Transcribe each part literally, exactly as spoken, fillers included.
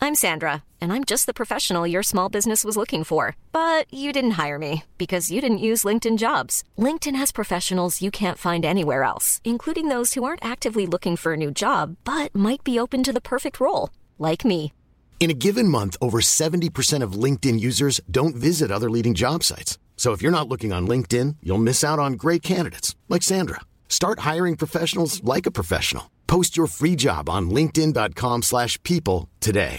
I'm Sandra, and I'm just the professional your small business was looking for. But you didn't hire me because you didn't use LinkedIn Jobs. LinkedIn has professionals you can't find anywhere else, including those who aren't actively looking for a new job, but might be open to the perfect role, like me. In a given month, over seventy percent of LinkedIn users don't visit other leading job sites. So if you're not looking on LinkedIn, you'll miss out on great candidates like Sandra. Start hiring professionals like a professional. Post your free job on linkedin dot com slash people today.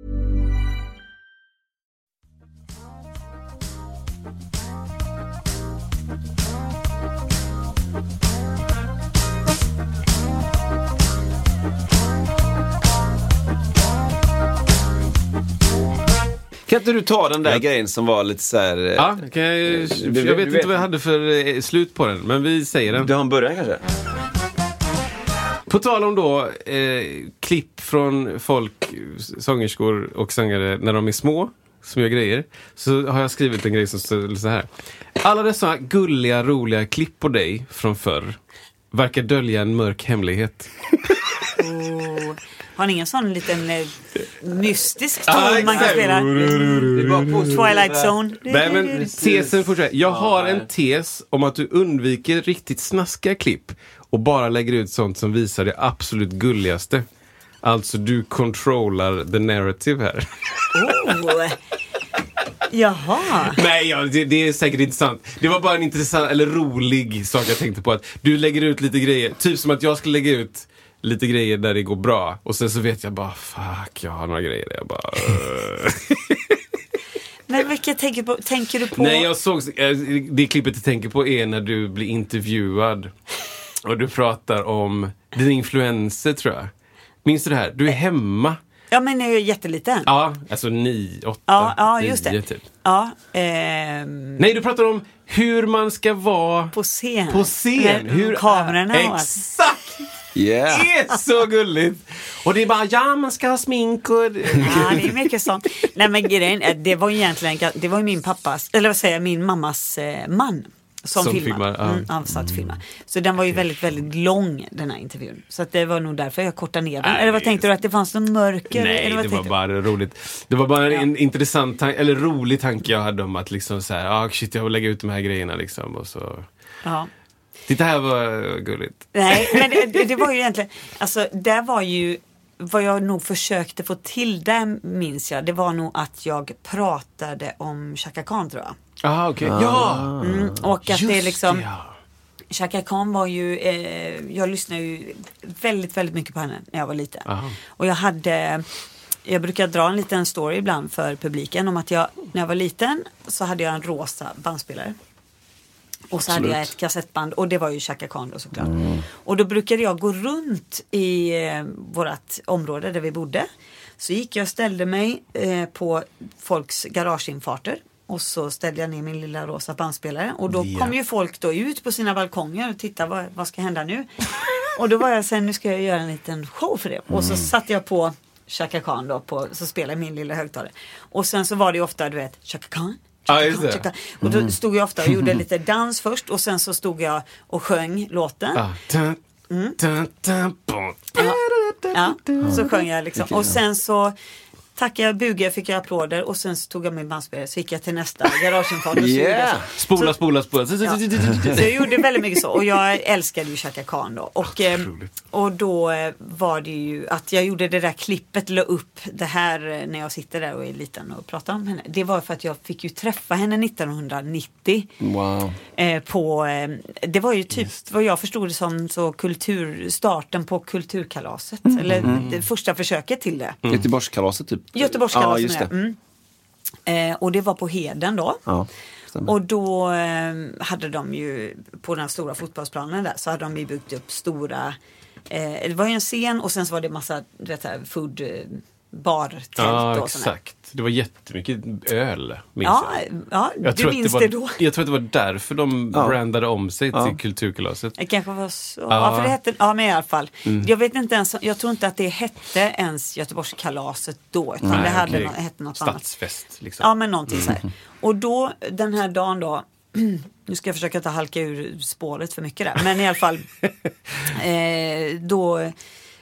Kan inte du ta den där ja. grejen som var lite så här... Ja, kan jag, jag vet du, du inte vet. vad jag hade för slut på den, men vi säger den. Du har en början kanske? På tal om då eh, klipp från folk, sångerskor och sångare när de är små, som gör grejer, så har jag skrivit en grej som står så här. Alla dessa gulliga, roliga klipp på dig från förr verkar dölja en mörk hemlighet. Oh. Har ni ingen sån liten eh, mystisk ton ah, man kan spela? Twilight Zone. Nej, men tesen fortsätter. Jag har en tes om att du undviker riktigt snaskiga klipp och bara lägger ut sånt som visar det absolut gulligaste. Alltså du controllar the narrative här. Oh. Jaha. Nej, ja, det, det är säkert inte sant. Det var bara en intressant eller rolig sak jag tänkte på, att du lägger ut lite grejer. Typ som att jag skulle lägga ut lite grejer där det går bra. Och sen så vet jag bara, fuck, jag har några grejer där jag bara... Men vilka tänker, på, tänker du på? Nej, jag såg... Det klippet jag tänker på är när du blir intervjuad. Och du pratar om din influenser, tror jag. Minns du det här? Du är hemma. Ja, men jag är jätteliten. Ja, alltså nio, åtta, ja, ja, just nio det. Typ. Ja, ehm... Nej, du pratar om hur man ska vara... På scen. På scen. Hur kamerorna. Exakt! Yeah. Det är så gulligt. Och det är bara, ja, man ska ha smink och... Ja, det är mycket sånt. Nej, men grejen, det var ju egentligen, det var ju min pappas, eller vad säger jag, min mammas eh, man som, som filmade. filmar, ja. mm, han satt och filmade. Så den var ju väldigt, väldigt lång, den här intervjun. Så att det var nog därför jag kortade ner den. Nej, eller vad tänkte du, att det fanns någon mörker? Nej, eller vad det var du? bara roligt. Det var bara ja. en intressant tan- eller rolig tanke jag hade om att liksom så här, ah, shit, jag vill lägga ut de här grejerna liksom, och så... Ja. Det här var gulligt. Nej, men det, det var ju egentligen... Alltså, det var ju... Vad jag nog försökte få till där, minns jag, det var nog att jag pratade om Chaka Khan, tror jag. Ah, okej. Okay. Ja! Mm, och att just det liksom... Det, ja. Chaka Khan var ju... Eh, jag lyssnade ju väldigt, väldigt mycket på henne när jag var liten. Aha. Och jag hade... Jag brukar dra en liten story ibland för publiken om att jag, när jag var liten, så hade jag en rosa bandspelare. Och så Absolut. hade jag ett kassettband, och det var ju Chaka Khan då, såklart. Mm. Och då brukade jag gå runt i eh, vårt område där vi bodde. Så gick jag och ställde mig eh, på folks garageinfarter. Och så ställde jag ner min lilla rosa bandspelare. Och då yeah. kom ju folk då ut på sina balkonger och tittade, vad, vad ska hända nu? Och då var jag sen, nu ska jag göra en liten show för det. Mm. Och så satte jag på Chaka Khan då, på, så spelade min lilla högtalare. Och sen så var det ju ofta, du vet, Chaka Khan. Ah, just det. Och då stod jag ofta och gjorde lite dans först, och sen så stod jag och sjöng låten. Ah. Mm. Ja. Ja, så sjöng jag liksom. Och sen så tackade jag, bugade, fick jag applåder, och sen så tog jag min bandspelare, så gick jag till nästa garageinfart och yeah. spola, spola, spola. Så, ja. Så jag gjorde väldigt mycket så, och jag älskade ju Chaka Khan då. Och, oh, och då var det ju att jag gjorde det där klippet, la upp det här när jag sitter där och är liten och pratar om henne. Det var för att jag fick ju träffa henne nittonhundranittio. Wow. Eh, på, eh, det var ju typ Just. vad jag förstod det som, så kultur, starten på kulturkalaset. Mm. Eller mm. det första försöket till det. Mm. Göteborgskalaset typ. Göteborgskalaset, ja, just det. Mm. Eh, och det var på Heden då. Ja, och då eh, hade de ju på den stora fotbollsplanen där, så hade de ju byggt upp stora, eh, det var ju en scen, och sen så var det massa, du vet här, food, eh, bartält ja, och exakt. Det var jättemycket öl, minns ja, jag. Ja, jag du tror minns det, var, det då. Jag tror att det var därför de ja. brandade om sig ja. till kulturkalaset. Det kanske var så. Ja, ja för det hette, ja, men i alla fall. Mm. Jag vet inte ens, jag tror inte att det hette ens Göteborgskalaset då, utan Nej, det hade okay. no, hette något Stadsfest, annat. Liksom. Ja, men någonting mm. så här. Och då, den här dagen då, nu ska jag försöka inte halka ur spåret för mycket där, men i alla fall, eh, då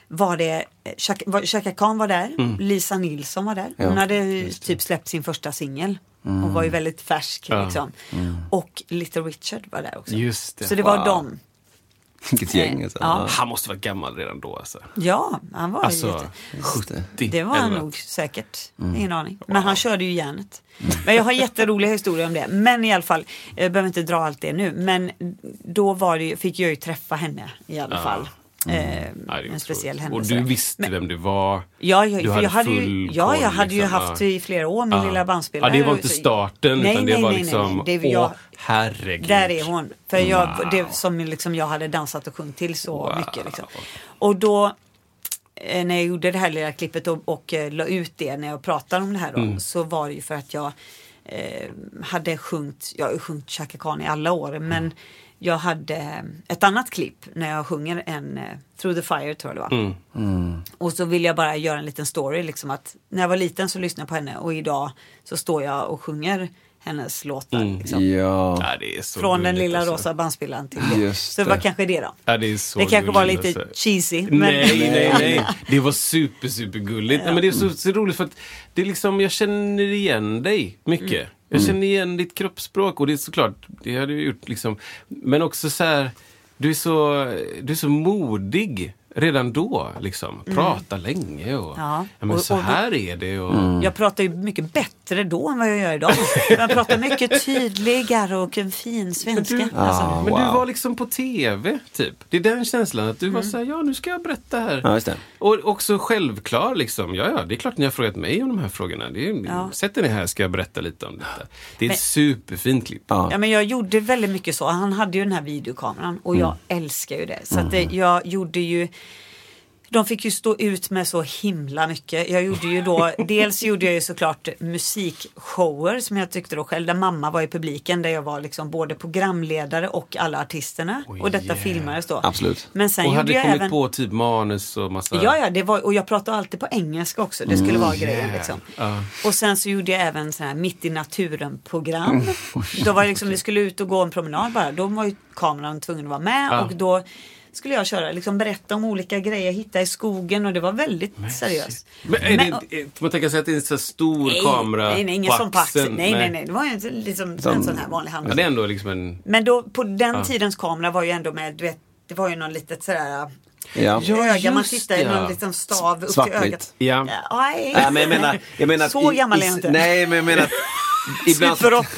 var det Chaka, Chaka Khan var där, mm. Lisa Nilsson var där. Hon ja, hade typ släppt sin första singel. Mm. Hon var ju väldigt färsk ja. liksom. Mm. Och Little Richard var där också. Just det. Så det wow. var dem. Vilket gäng alltså. Ja. Han måste vara gammal redan då alltså. Ja, han var alltså, jätte... sjuttio. Det var han nog säkert. Mm. Ingen aning. Men wow. han körde ju järnet. Mm. Men jag har jätteroliga historier om det. Men i alla fall, jag behöver inte dra allt det nu. Men då var det, fick jag ju träffa henne i alla ja. fall. Mm. Eh, Nej, en speciell händelse. Och du visste men, vem du var. Ja, jag, du för hade jag hade ju, ja, jag hade liksom, ju haft i flera år min ja. lilla bandspelare. Ja, det var inte starten nej, utan det nej, var nej, liksom nej, nej. Det, jag, åh, herregud. Där är hon. För jag, wow. det som liksom jag hade dansat och sjungit till så wow. mycket liksom. Och då när jag gjorde det här lilla klippet och, och uh, la ut det när jag pratade om det här då, mm. så var det ju för att jag eh, hade sjungit, jag har sjungit Chaka Khan i alla år, men mm. jag hade ett annat klipp när jag sjunger en uh, Through the Fire tror jag det var. Mm. Mm. Och så vill jag bara göra en liten story liksom att när jag var liten så lyssnade jag på henne och idag så står jag och sjunger hennes låtar. Mm. Liksom. Ja. Ja, det är så från den lilla alltså. rosa bandspelaren till det. Just så det var kanske det då. Ja, det är så det kanske var lite alltså. cheesy. Men... Nej, nej, nej. Det var super, super gulligt. Ja. Men det är så, så roligt för att det är liksom, jag känner igen dig mycket. Mm. Jag känner igen ditt kroppsspråk och det är såklart, det hade jag gjort liksom. Men också så här, du är så, du är så modig. Redan då, liksom. Prata mm. länge och, ja. Ja, men och, så och, här är det. Och... Mm. Jag pratar ju mycket bättre då än vad jag gör idag. Jag pratar mycket tydligare och en fin svenska. Men, du, alltså. ah, men wow. du var liksom på tv, typ. Det är den känslan att du mm. var så här, ja nu ska jag berätta här. Ja, just det. Och också självklar liksom, ja ja, det är klart ni har frågat mig om de här frågorna. Det är, ja. Sätter ni här ska jag berätta lite om detta. Det är men, ett superfint klipp. Ja. ja, men jag gjorde väldigt mycket så. Han hade ju den här videokameran och jag mm. älskar ju det. Så mm. att det, jag gjorde ju de fick ju stå ut med så himla mycket. Jag gjorde ju då, dels gjorde jag ju såklart musikshower som jag tyckte då själv, där mamma var i publiken, där jag var liksom både programledare och alla artisterna. Oh, och detta yeah. filmades då. Absolut. Men sen och gjorde hade jag kommit även... på typ manus och massa... Ja, ja, det var, och jag pratade alltid på engelska också. Det skulle mm, vara yeah. grejen liksom. Uh. Och sen så gjorde jag även sån här mitt i naturen-program. Mm. Då var det liksom, vi skulle ut och gå en promenad bara. Då var ju kameran tvungen att vara med uh. och då skulle jag köra, liksom berätta om olika grejer, hitta i skogen och det var väldigt men, seriöst. Men är men, det, man tänker sig att det är en så stor nej, kamera nej, nej, ingen på sån på axeln. Nej, nej, nej, det var ju liksom Som, en sån här vanlig hand. Ja, det är ändå liksom en... Men då, på den ja. tidens kamera var ju ändå med, du vet, det var ju någon litet sådär... Ja. Öga, man tittar i någon liten stav upp till ögat. Ja. Ja, ja, men jag menar, jag menar så i, gammal är jag inte. Nej, men jag menar ibland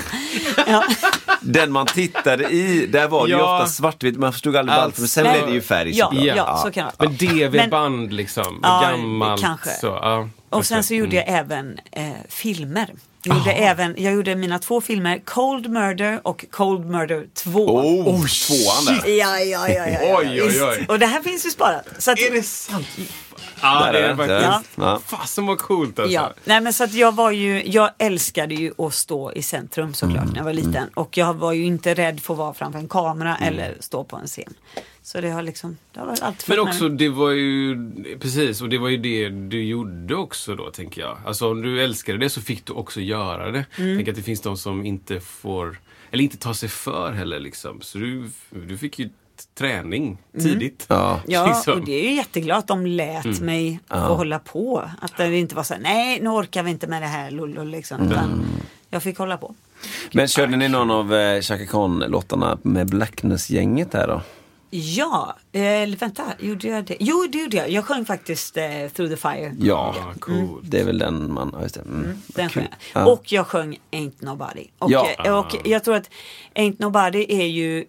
ja. Den man tittade i, där var det ja. ju ofta svartvitt, man förstod aldrig varför, men sen blev det ju färg. Ja, ja, ja, så kan det. Men D V-band liksom, ja, gammalt. Kanske. Så, ja, och sen så gjorde jag mm. även eh, filmer. Jag gjorde, även, jag gjorde mina två filmer, Cold Murder och Cold Murder två. Oh, oh tvåan där. Ja, ja, ja, ja. Oj, oj, oj. Och det här finns ju sparat. Så att, är det sant? Ja, det är det faktiskt. Ja. Fasen var coolt alltså. Ja. Nej, men så att jag var ju, jag älskade ju att stå i centrum såklart mm. när jag var liten. Mm. Och jag var ju inte rädd för att vara framför en kamera mm. eller stå på en scen. Så det har liksom, det har varit allt. Men också det var ju, precis, och det var ju det du gjorde också då, tänker jag. Alltså om du älskade det så fick du också göra det. Mm. Tänk att det finns de som inte får, eller inte tar sig för heller liksom. Så du, du fick ju träning tidigt. Mm. Ja, ja liksom. Och det är ju jätteglad att de lät mm. mig ja. få hålla på. Att det inte var så här, nej nu orkar vi inte med det här lullo, liksom. Mm. Utan jag fick hålla på. Men körde ni någon av eh, Chaka Khan-låtarna med Blackness-gänget här då? Ja, eller vänta, gjorde jag det? Jo, det gjorde jag. Jag sjöng faktiskt eh, Through the Fire. Ja, cool. Mm. Det är väl den man... Ja, just det. Mm. Mm, den sjöng jag. Ja. Och jag sjöng Ain't Nobody. Och, ja. och jag tror att Ain't Nobody är ju...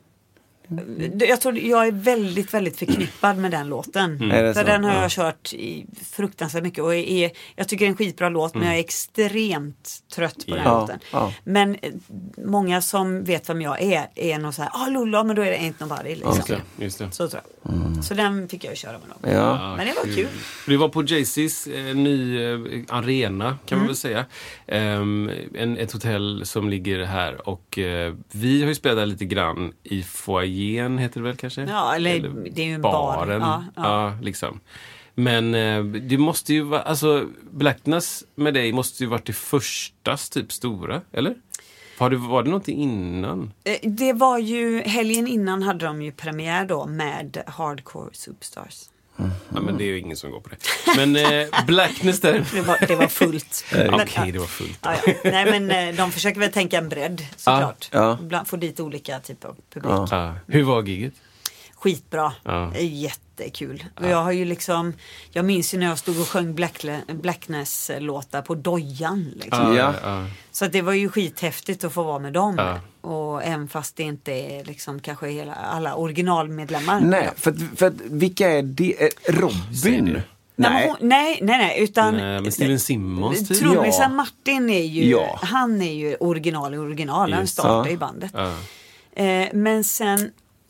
Jag tror jag är väldigt, väldigt förknippad med den låten. Mm. För den har jag ja. kört i fruktansvärt mycket. Och är, jag tycker det är en skitbra låt, mm. men jag är extremt trött på ja. den låten. Ja. Men många som vet vem jag är, är nog så här, ah Lola, men då är det Ain't Nobody. Liksom. Just det, just det. Så tror jag. Mm. Så den fick jag köra med dem. Ja. Men det var kul. Du var på Jay-Z's eh, ny eh, arena, kan mm. man väl säga. Um, en, ett hotell som ligger här. Och eh, vi har ju spelat lite grann i foajén, heter det väl kanske? Ja, eller, eller det är ju en baren. Bar. Ja, ja. ja, liksom. Men eh, det måste ju vara, alltså Blackness med dig måste ju varit det första typ stora, eller? Var det, var det någonting innan? Det var ju, helgen innan hade de ju premiär då med Hardcore Superstars. Mm. Ja, men det är ju ingen som går på det. Men eh, Blackness där... det, var, det var fullt. Okej, okay, det var fullt. Ja, ja. Nej, men eh, de försöker väl tänka en bredd, såklart. Ja. Ja. Få dit olika typer av publik. Ja. Ja. Hur var giget? Skitbra. Ja. Jättekul. Och jag har ju liksom... Jag minns ju när jag stod och sjöng Blackle- Blackness-låtar på Dojan. Liksom. Ja. Ja. Så att det var ju skithäftigt att få vara med dem. Ja. Och även fast det inte är liksom kanske hela, alla originalmedlemmar. Nej, för att, för att vilka är det? Robin? Nej. Nej, hon, nej, nej, nej, utan... Nej, men Steven Simmons typ. Trummisen Ja. Martin är ju... Ja. Han är ju original i original. Han Just. startade Ja. i bandet. Ja. Eh, men sen...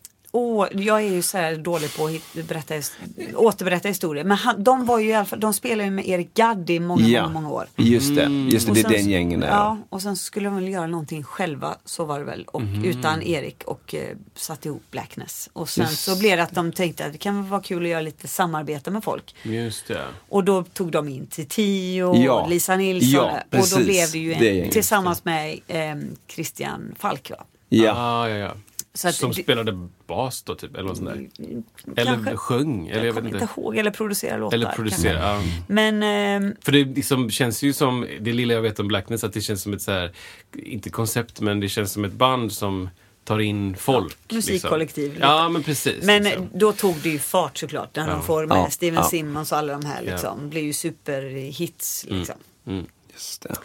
Åh, jag är ju så här dålig på att hit- berätta, återberätta historier. Men han, de var ju i alla fall, de spelade ju med Erik Gadd i många, Ja. många, många år. Just det, just det, Och det är sen- den gängen där. Ja, och sen skulle de väl göra någonting själva, så var det väl. Och utan Erik och eh, satt ihop Blackness. Och sen Just. så blev det att de tänkte att det kan vara kul att göra lite samarbete med folk. Just det. Och då tog de in till Tio, Ja. Lisa Nilsson. Ja, och då precis. blev det ju en, Det gänget. tillsammans med eh, Christian Falk, va? Ja. Ah, ja, ja. Så att Som det- spelade bas då typ, eller något sånt där. Eller Kanske. sjöng, eller jag, Jag vet kommer inte. inte ihåg, eller producera låtar. Eller producera, kanske. ja. Men ehm, För det liksom känns ju som, det lilla jag vet om Blackness, att det känns som ett så här, inte koncept, men det känns som ett band som tar in folk. Ja, musikkollektiv, Liksom. lite. Ja, men precis. Men liksom. då tog det ju fart såklart. När Ja. de får med Ja. Steven Ja. Simmons och alla de här Ja. liksom. Blir ju superhits liksom. Mm. Just det.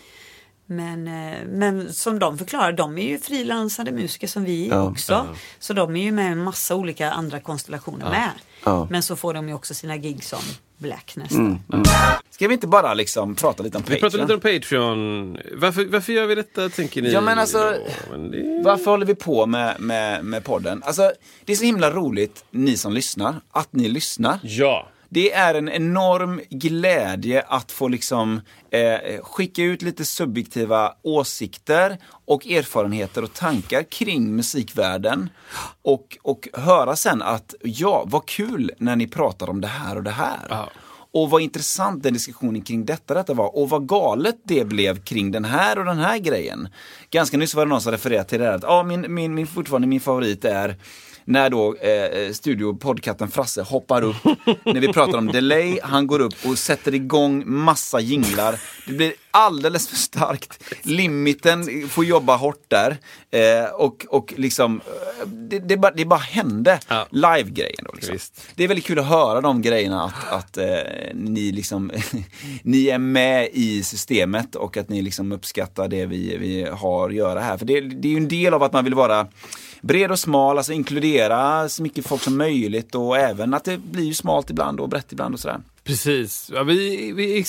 Men, eh, men som de förklarar, de är ju frilansade musiker som vi Ja. också. Ja. Så de är ju med en massa olika andra konstellationer med. Ja. Men så får de ju också sina gig som Blackness. Mm. då. Ska vi inte bara liksom prata lite om Vi Patreon? pratar lite om Patreon. Varför, varför gör vi detta, tänker ni? Ja, men alltså, Ja, men det... Varför håller vi på med, med, med podden? Alltså, det är så himla roligt, ni som lyssnar, att ni lyssnar. Ja. Det är en enorm glädje att få liksom eh, skicka ut lite subjektiva åsikter och erfarenheter och tankar kring musikvärlden. Och, och höra sen att ja, vad kul när ni pratar om det här och det här. Ja. Och vad intressant den diskussionen kring detta, detta var. Och vad galet det blev kring den här och den här grejen. Ganska nyss var det någon som refererade till det här. Att, ja, min, min, min, fortfarande min favorit är när då eh, studiopodcasten Frasse hoppar upp. När vi pratar om delay, han går upp och sätter igång massa jinglar. Det blir alldeles för starkt. Limiten får jobba hårt där. Eh, och, och liksom, det, det, bara, det bara hände. Ja. Live-grejen då liksom. Visst. Det är väldigt kul att höra de grejerna, att, att eh, ni liksom ni är med i systemet och att ni liksom uppskattar det vi, vi har att göra här. För det, det är ju en del av att man vill vara bred och smal, alltså inkludera så mycket folk som möjligt, och även att det blir ju smalt ibland och brett ibland och sådär. Precis. Ja, vi, vi är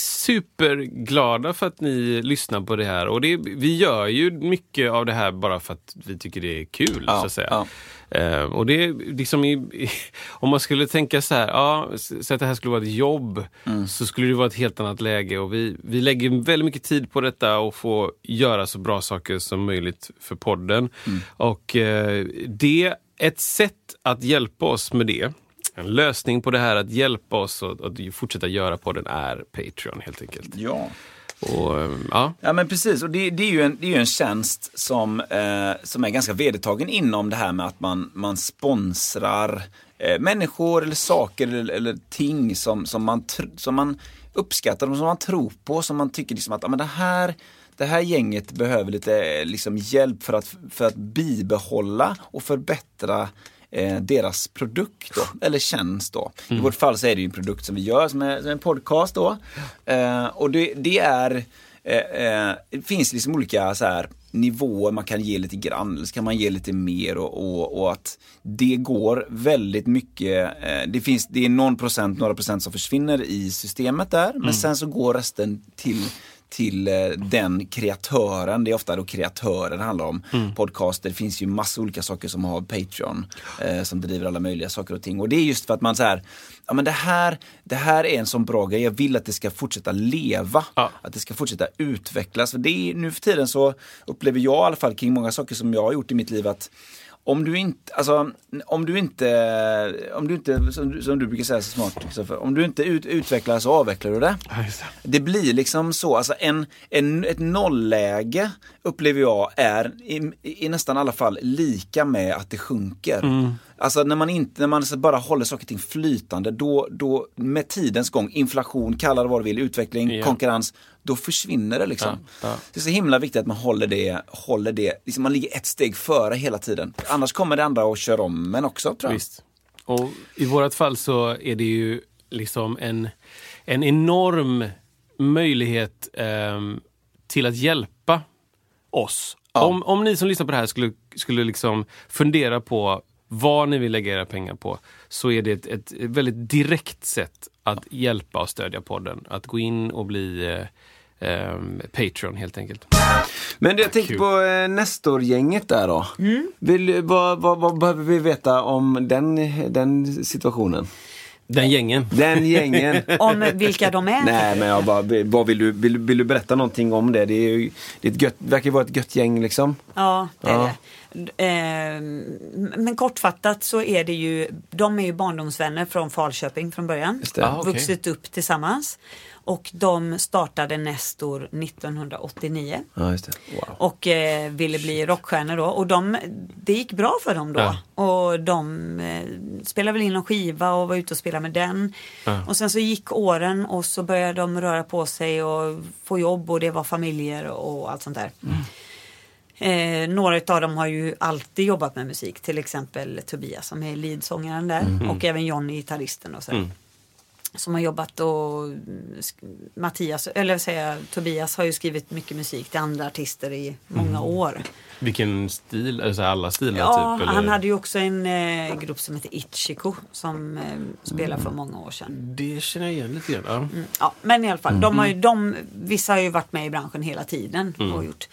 superglada för att ni lyssnar på det här. Och det, vi gör ju mycket av det här bara för att vi tycker det är kul, Ja, så att säga. ja. Eh, och det är liksom i, i, om man skulle tänka så här, ja, så att det här skulle vara ett jobb, Mm. så skulle det vara ett helt annat läge. Och vi, vi lägger väldigt mycket tid på detta och får göra så bra saker som möjligt för podden. Mm. Och eh, det, ett sätt att hjälpa oss med det, en lösning på det här, att hjälpa oss att, att fortsätta göra podden, är Patreon helt enkelt. Ja. Och, eh, ja. Ja, men precis, och det, det, är ju en, det är ju en tjänst som, eh, som är ganska vedertagen inom det här med att man, man sponsrar eh, människor eller saker eller, eller ting som, som, man tr- som man uppskattar, som man tror på, som man tycker liksom att ja, men det här Det här gänget behöver lite liksom hjälp för att, för att bibehålla och förbättra eh, deras produkt då, eller tjänst då. Mm. I vårt fall så är det ju en produkt som vi gör som är, som är en podcast då. Eh, och det, det är eh, eh, det finns liksom olika så här nivåer man kan ge lite grann, eller så kan man ge lite mer, och, och, och att det går väldigt mycket, eh, det finns, det är någon procent, några procent som försvinner i systemet där, men mm. sen så går resten till till eh, den kreatören. Det är ofta då kreatörer det handlar om. Mm. Podcaster, det finns ju massa olika saker som har Patreon eh, som driver alla möjliga saker och ting. Och det är just för att man så här, ja men det här, det här är en sån bra grej. Jag vill att det ska fortsätta leva. Ja. Att det ska fortsätta utvecklas. För det är, nu för tiden så upplever jag i alla fall kring många saker som jag har gjort i mitt liv att Om du inte, alltså, om du inte, om du inte som, du, som du brukar säga så smart, Kristoffer, om du inte ut, utvecklar så avvecklar du det. Ja, just det. Det blir liksom så, alltså en, en, ett nollläge upplever jag är i, i nästan alla fall lika med att det sjunker. Mm. Alltså när man inte när man bara håller saker och ting flytande, då, då med tidens gång, inflation, kalla det vad du vill, utveckling, ja. konkurrens, då försvinner det liksom. Ja, ja. Det är så himla viktigt att man håller det, håller det, liksom man ligger ett steg före hela tiden. Annars kommer det andra och kör om men också, tror jag. Visst. Och i vårat fall så är det ju liksom en, en enorm möjlighet eh, till att hjälpa oss. Ja. Om, om ni som lyssnar på det här skulle, skulle liksom fundera på vad ni vill lägga era pengar på, så är det ett, ett väldigt direkt sätt att hjälpa och stödja podden. Att gå in och bli eh, eh, Patreon helt enkelt. Men jag tänkte på eh, Nestor-gänget där då. Mm. Vill, vad, vad, vad behöver vi veta om den, den situationen? Den gängen. Den gängen. Om vilka de är. Nej, men jag bara, vad vill du, vill, vill du berätta någonting om det? Det är ju, det är ett gött, verkar ju vara ett gött gäng liksom. Ja, det är ja. det. Eh, men kortfattat så är det ju, de är ju barndomsvänner från Falköping från början. Just det. Ah, okay. Vuxit upp tillsammans. Och de startade Nestor nittonhundraåttionio. Ja, just det. Wow. Och eh, ville bli rockstjärnor då. Och de, det gick bra för dem då. Ja. Och de eh, spelade väl in en skiva och var ute och spelade med den. Ja. Och sen så gick åren och så började de röra på sig och få jobb. Och det var familjer och allt sånt där. Mm. Eh, några av dem har ju alltid jobbat med musik. Till exempel Tobias som är leadsångaren där. Mm. Och även Johnny, gitarristen och så. Mm. Som har jobbat och Mattias, eller vad säger jag, Tobias har ju skrivit mycket musik till andra artister i många mm. år. Vilken stil? Alltså alla stilar ja, typ? Eller? Han hade ju också en eh, grupp som heter Ichiko som eh, spelade mm. för många år sedan. Det känner jag igen lite grann. Ja, mm. ja men i alla fall, mm. de har ju, de, vissa har ju varit med i branschen hela tiden mm. och gjort.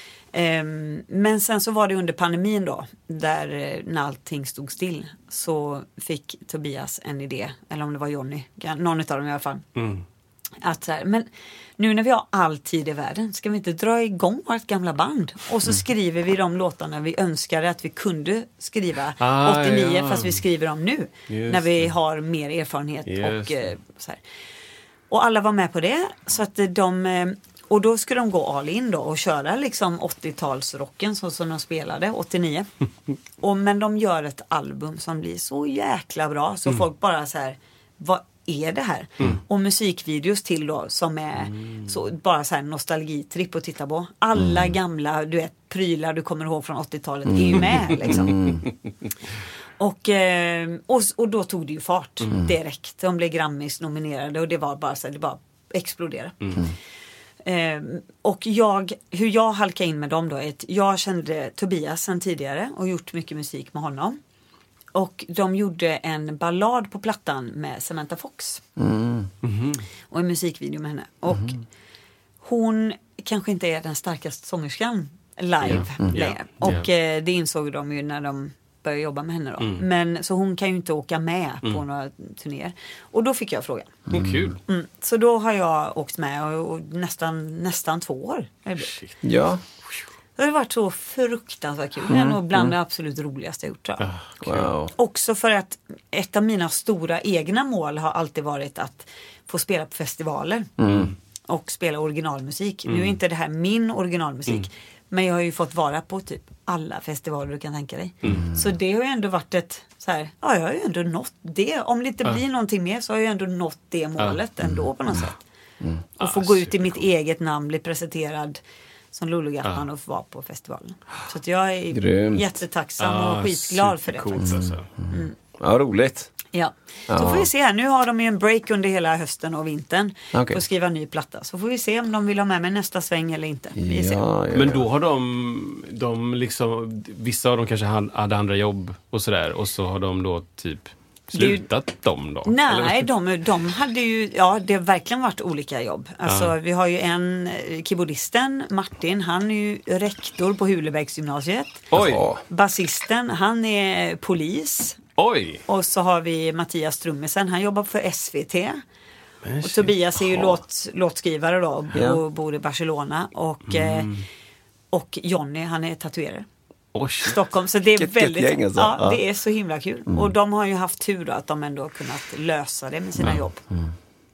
Um, men sen så var det under pandemin då, där när allting stod still, så fick Tobias en idé, eller om det var Johnny, någon av dem i alla fall, mm. att så här, men nu när vi har all tid i världen, ska vi inte dra igång vårt gamla band och så mm. skriver vi de låtarna vi önskade att vi kunde skriva ah, åttionio ja. Fast vi skriver dem nu. Just när vi har mer erfarenhet. Just och uh, så här. Och alla var med på det, så att de uh, och då skulle de gå all in då och köra liksom åttiotalsrocken så som de spelade åttionio. Och, men de gör ett album som blir så jäkla bra så mm. folk bara så här, vad är det här? Mm. Och musikvideos till då som är mm. så, bara så här nostalgitripp att titta på. Alla mm. gamla, du vet, prylar du kommer ihåg från åttiotalet mm. är ju med liksom. Mm. Och, och, och då tog det ju fart mm. direkt. De blev Grammys nominerade och det var bara så här, det bara exploderade. Mm. Eh, och jag, hur jag halkade in med dem då är att jag kände Tobias sedan tidigare och gjort mycket musik med honom. Och de gjorde en ballad på plattan med Samantha Fox. Mm. Mm-hmm. Och en musikvideo med henne. Och mm. hon kanske inte är den starkaste sångerskan live. Mm. Mm. Och yeah. eh, det insåg de ju när de började jobba med henne då. Mm. Men så hon kan ju inte åka med mm. på några turnéer. Och då fick jag frågan. Mm. Kul. Mm. Så då har jag åkt med och, och nästan, nästan två år. Ja. Det har varit så fruktansvärt kul. Det är nog bland mm. det absolut roligaste jag gjort. Tror jag. Wow. Också för att ett av mina stora egna mål har alltid varit att få spela på festivaler. Mm. Och spela originalmusik. Mm. Nu är inte det här min originalmusik. Mm. Men jag har ju fått vara på typ alla festivaler du kan tänka dig. Mm. Så det har ju ändå varit ett så här, ja jag har ju ändå nått det. Om det inte ja. blir någonting mer så har jag ju ändå nått det målet ja. ändå på något sätt. Mm. Och få ah, gå ut i mitt cool. eget namn, bli presenterad som Lulu Gatman ja. och få vara på festivalen. Så att jag är Grymt. jättetacksam ah, och skitglad för det faktiskt. Alltså. Mm. Ja, roligt. Ja, så ja. får vi se här. Nu har de ju en break under hela hösten och vintern okay. på skriva en ny platta. Så får vi se om de vill ha med mig nästa sväng eller inte. Vi ser. Ja, ja, ja. Men då har de, de liksom, vissa av dem kanske hade andra jobb och sådär. Och så har de då typ slutat det, dem då? Nej, de, de hade ju, ja det har verkligen varit olika jobb. Alltså ja. vi har ju en keyboardisten, Martin, han är ju rektor på Hulebergsgymnasiet. Oj! Basisten, han är polis. Oj! Och så har vi Mattias Trummisen, han jobbar för S V T. Och Tobias är ju låt, låtskrivare då ja. och bor i Barcelona. Och, mm. och Johnny, han är tatuerare. Oj. Stockholm, så det är Get, väldigt get alltså. ja, ja, det är så himla kul. Mm. Och de har ju haft tur då, att de ändå kunnat lösa det med sina ja. jobb. Mm.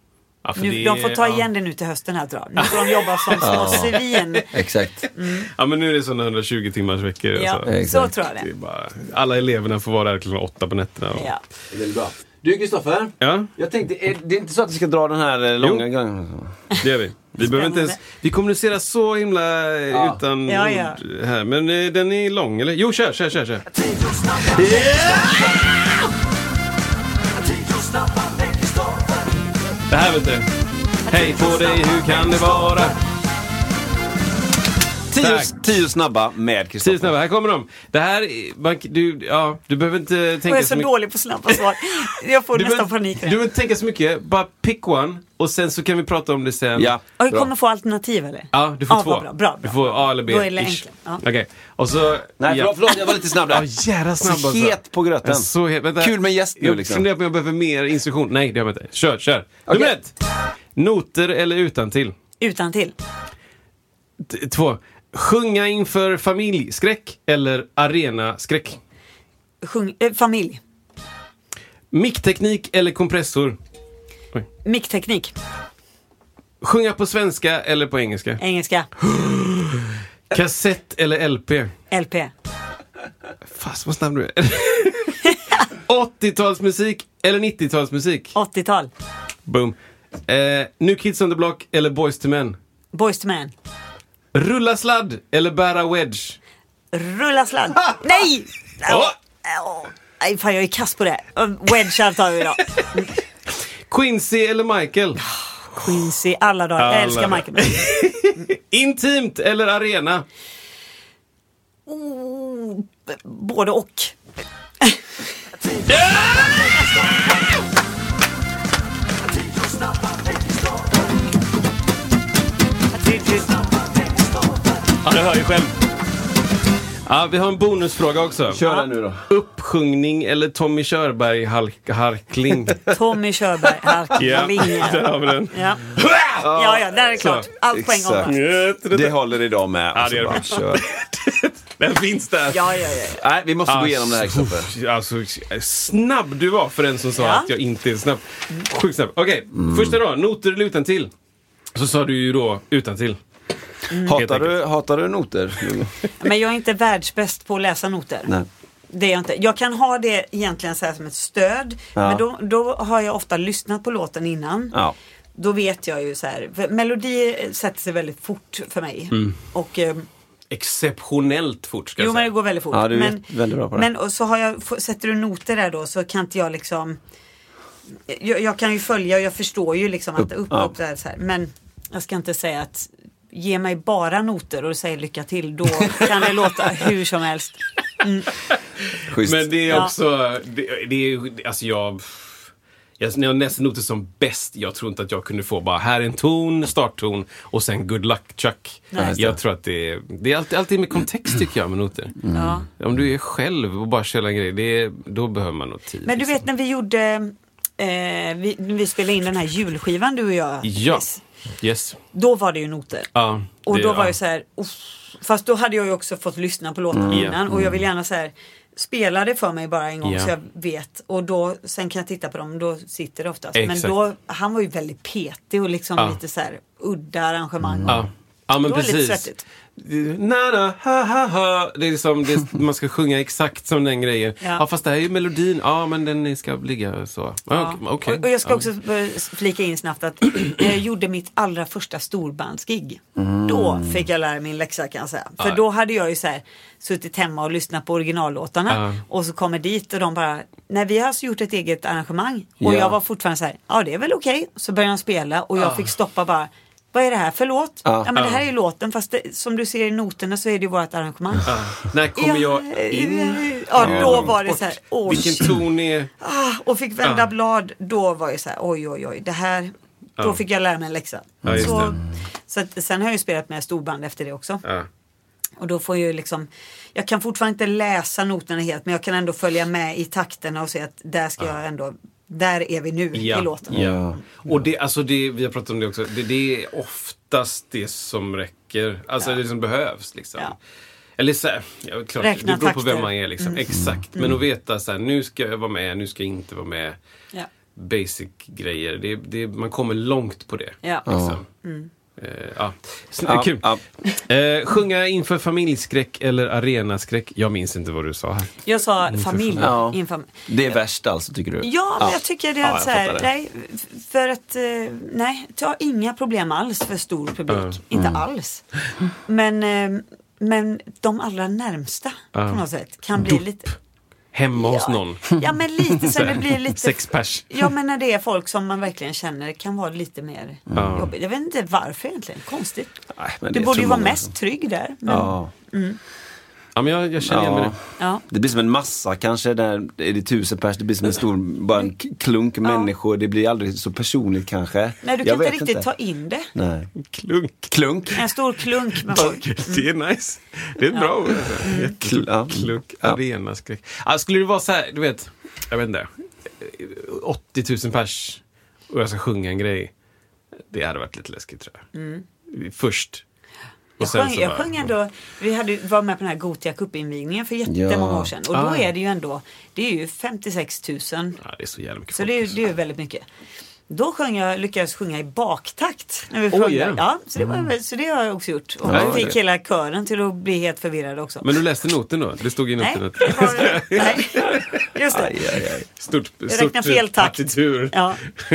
Ja, nu, det, de får ta igen ja. det nu till hösten här, tror jag. Nu får de jobba som små svin. Exakt. Mm. Ja, men nu är det sådana hundratjugo timmars veckor. Ja, alltså. så tror jag det. det är bara, alla eleverna får vara där klockan åtta på nätterna. Och... Ja. Det är väldigt bra. Du, Kristoffer. Ja? Jag tänkte, är det är inte så att vi ska dra den här långa gången? Det gör vi. Vi behöver inte ens, vi kommunicerar så himla ja. utan ja, ja. ord här. Men eh, den är lång, eller? Jo, kör, kör, kör, kör. Det här vet du. Hej på dig, hur kan det vara? Tio, tio snabba med Kristoffer. Tio snabba, här kommer de. Det här, man, du, ja, du behöver inte tänka så mycket. Jag är så, så dålig på snabba svar. Jag får du nästan behöver, panik. Du behöver inte tänka så mycket, bara pick one. Och sen så kan vi prata om det sen. Ja, och jag kommer få alternativ, eller? Ja, du får ah, två. Bra, bra, bra. Du får A eller B. Då är det enkelt. Ja. Okej, okay. Och så... Nej, förlåt, förlåt, jag var lite snabb där. Ja, jävla snabb så alltså. het på gröten. Så het, vänta. Kul med gäst nu jag liksom. Jag funderar på om jag behöver mer instruktion. Nej, det har jag inte. Kör, kör. Okay. Nummer ett. Noter eller utantill? Utantill. T- två. Sjunga inför familjskräck eller arenaskräck? Sjung, äh, familj. Mickteknik eller kompressor? Mickteknik. Sjunga på svenska eller på engelska? Engelska. Kassett eller L P? L P. Fast vad snabb du är. åttiotalsmusik eller nittiotalsmusik? åttiotal. Boom. Eh, New Kids on the Block eller Boys to Men? Boys to Men. Rulla sladd eller bära wedge? Rulla sladd. Nej! Oh. Oh. Nej, fan, jag är kass på det. Wedge tar vi idag. Quincy eller Michael? Quincy alla dagar. Jag älskar Michael. Intimt eller arena? Oh, både och. Ja, det hör ju själv. Ja, vi har en bonusfråga också. Kör den nu då. Uppsjungning eller Tommy Körberg halk- harkling? Tommy Körberg harkling. Ja, där har vi den. Ja, ja, ja, där är det klart. Så, allt på en gång. Det håller idag med. Ja, det gör det. Kör. Den finns där. Ja, ja, ja. Nej, vi måste alltså, gå igenom det här, Kristoffer. Alltså, snabb du var för en som sa ja. att jag inte är snabb. Sjukt snabb. Okej, okay. mm. Första då. Noter eller utantill? Så sa du ju då utantill. Mm. Hatar, du, hatar du noter? Men jag är inte världsbäst på att läsa noter. Nej. Det är jag inte. Jag kan ha det egentligen så här som ett stöd. Ja. Men då, då har jag ofta lyssnat på låten innan. Ja. Då vet jag ju så här. Melodi sätter sig väldigt fort för mig. Mm. Och... Eh, exceptionellt fort ska jag jo, säga. men det går väldigt fort. Ja, du är men, väldigt bra på det. Men och så har jag, sätter du noter där då så kan inte jag liksom... Jag, jag kan ju följa och jag förstår ju liksom att upp, ja. upp där så här. Men jag ska inte säga att ge mig bara noter och säga lycka till. Då kan det låta hur som helst. Mm. Men det är också... Ja. Det, det är, alltså jag... Jag, när jag läste noter som bäst, jag tror inte att jag kunde få bara här är en ton, startton och sen good luck Chuck. Nej, jag tror att det är, det är alltid, alltid med kontext tycker jag med noter. Mm. Ja. Om du är själv och bara kör en grej, det är, då behöver man nog tid. Men du liksom. vet när vi gjorde, eh, vi, vi spelade in den här julskivan du och jag. Ja, yes. yes. Då var det ju noter. Ja, det, och då var ja. ju så här, uff, fast då hade jag ju också fått lyssna på låten mm. innan och jag vill gärna så här spela det för mig bara en gång yeah. så jag vet. Och då, sen kan jag titta på dem, då sitter det oftast. Exakt. Men då, han var ju väldigt petig och liksom ja. lite så här udda arrangemang. Mm. Ja. Ja, men då precis. Var det lite svettigt. Nada, ha, ha, ha. Det är liksom, det, man ska sjunga exakt som den grejen. Ja. Ja, fast det här är ju melodin. Ja, men den ska ligga så. Ja. Okay. Och, och jag ska ja. också flika in snabbt att jag gjorde mitt allra första storbandsgig. Mm. Då fick jag lära min läxa kan jag säga. För ja. Då hade jag ju så här suttit hemma och lyssnat på originallåtarna. Ja. Och så kommer dit och de bara, nej vi har alltså gjort ett eget arrangemang. Och ja. Jag var fortfarande så här, ja det är väl okej. Okay. Så började de spela och jag ja. Fick stoppa bara, vad är det här för låt? Ja, ja men det här är ju låten, fast det, som du ser i noterna så är det ju vårt arrangemang. Ja. När kommer ja, jag in? Ja, ja, då var det så här, åh, vilken ton är... Ah, och fick vända ja. Blad, då var det så här, oj, oj, oj, det här, ja. Då fick jag lära mig en läxa. Ja, så, så att, sen har jag ju spelat med storband efter det också. Ja. Och då får jag ju liksom, jag kan fortfarande inte läsa noterna helt, men jag kan ändå följa med i takterna och se att där ska ja. Jag ändå... Där är vi nu ja, i låten. Ja. Och det, alltså det, vi har pratat om det också. Det, det är oftast det som räcker. Alltså ja. Det som behövs liksom. Ja. Eller så här, ja, klart, räkna det beror takter. på vem man är liksom. Mm. Exakt. Mm. Men att veta så här, nu ska jag vara med, nu ska jag inte vara med. Ja. basic grejer. Det, det, man kommer långt på det. Ja. Liksom. Mm. Uh, ja. ja, kul. Ja. Uh, sjunga inför familjeskräck eller arenaskräck? Jag minns inte vad du sa här. Jag sa familj. Ja. Inför... Det är värst alltså, tycker du? Ja, men ja. jag tycker det är ja, så här, nej, för att, nej, jag har inga problem alls för stor publik. Uh. Inte mm. alls. Men, men de allra närmsta uh. på något sätt kan bli Dupp. lite... Hemma ja. hos någon. Ja, men lite så det blir lite... Sex pers. Ja, men när det är folk som man verkligen känner kan vara lite mer mm. jobbigt. Jag vet inte varför egentligen. Konstigt. Nej, men du borde ju vara mest trygg där. Men... Ja. Mm. Ja, men jag, jag känner igen ja. med det. Ja. Det blir som en massa kanske, där är det tusen pers, det blir som en stor, bara en klunk ja. människor, det blir aldrig så personligt kanske. Nej, du kan jag inte riktigt inte. ta in det. Nej. Klunk. Klunk. En stor klunk med folk. Det är nice. Det är ett bra ord. Mm. Klunk, klunk ja. arenaskräck. Alltså, skulle det vara så här, du vet, jag vet inte, åttio tusen pers och jag ska sjunga en grej, det hade varit lite läskigt tror jag. Mm. Först. Jag sjöng, jag sjöng ändå, vi hade, var med på den här Gothia Cup-invigningen för jättemånga ja. år sedan. Och då ah. är det ju ändå, det är ju femtiosex tusen. Ja, det är så jävla mycket så folk. Det är, det är ju väldigt mycket. Då sjöng jag, lyckades sjunga i baktakt. När vi oh, yeah. Ja, så det, var, så det har jag också gjort. Och ja, jag fick det. hela kören till att bli helt förvirrad också. Men du läste noten då? Det stod i noten. Nej, det var, nej. Just det. Aj, aj, aj. Stort, jag räknar fel takt. Partitur. Ja.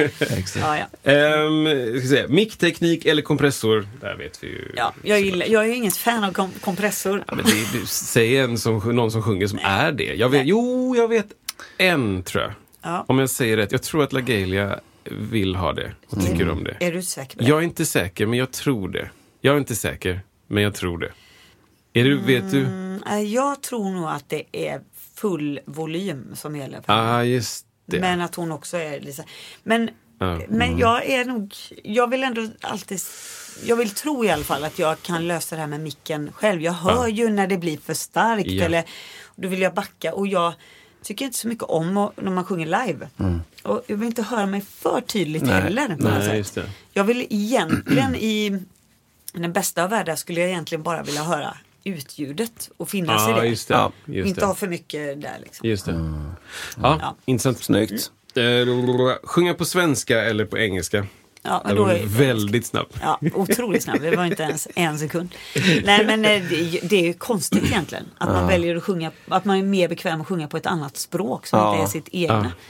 ja, ja. Um, ska säga, mickteknik eller kompressor? Där vet vi ju. Ja, jag, gillar, jag är ju inget fan av kom- kompressor. Ja, men det, du, säg en som, någon som sjunger som nej. är det. Jag vet, jo, jag vet en tror jag. Ja. Om jag säger rätt. Jag tror att LaGalia vill ha det och mm. tycker om det. Är du säker på det? Jag är inte säker, men jag tror det. Jag är inte säker, men jag tror det. Är du, mm, vet du? Jag tror nog att det är full volym som gäller. Ja, ah, just det. Men att hon också är lite... Men, ah, men mm. jag är nog... Jag vill ändå alltid... Jag vill tro i alla fall att jag kan lösa det här med micken själv. Jag hör ah. ju när det blir för starkt. Ja. Eller då vill jag backa. Och jag tycker inte så mycket om och, när man sjunger live. Mm. Och jag vill inte höra mig för tydligt nej, heller. Nej, just det. Jag vill egentligen i den bästa av världar skulle jag egentligen bara vilja höra utljudet och finnas ah, i det. Just det. Ja, just inte det. ha för mycket där liksom. Just det. Mm. Ja, ja, intressant. Snyggt. Mm. Sjunga på svenska eller på engelska? Ja, men då är väldigt snabbt. Ja, otroligt snabbt. Det var inte ens en sekund. Nej, men det, det är ju konstigt egentligen. Att man ja. väljer att sjunga, att man är mer bekväm att sjunga på ett annat språk som ja. inte är sitt egna. Ja.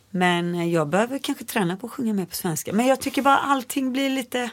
Men jag behöver kanske träna på att sjunga mer på svenska. Men jag tycker bara allting blir lite...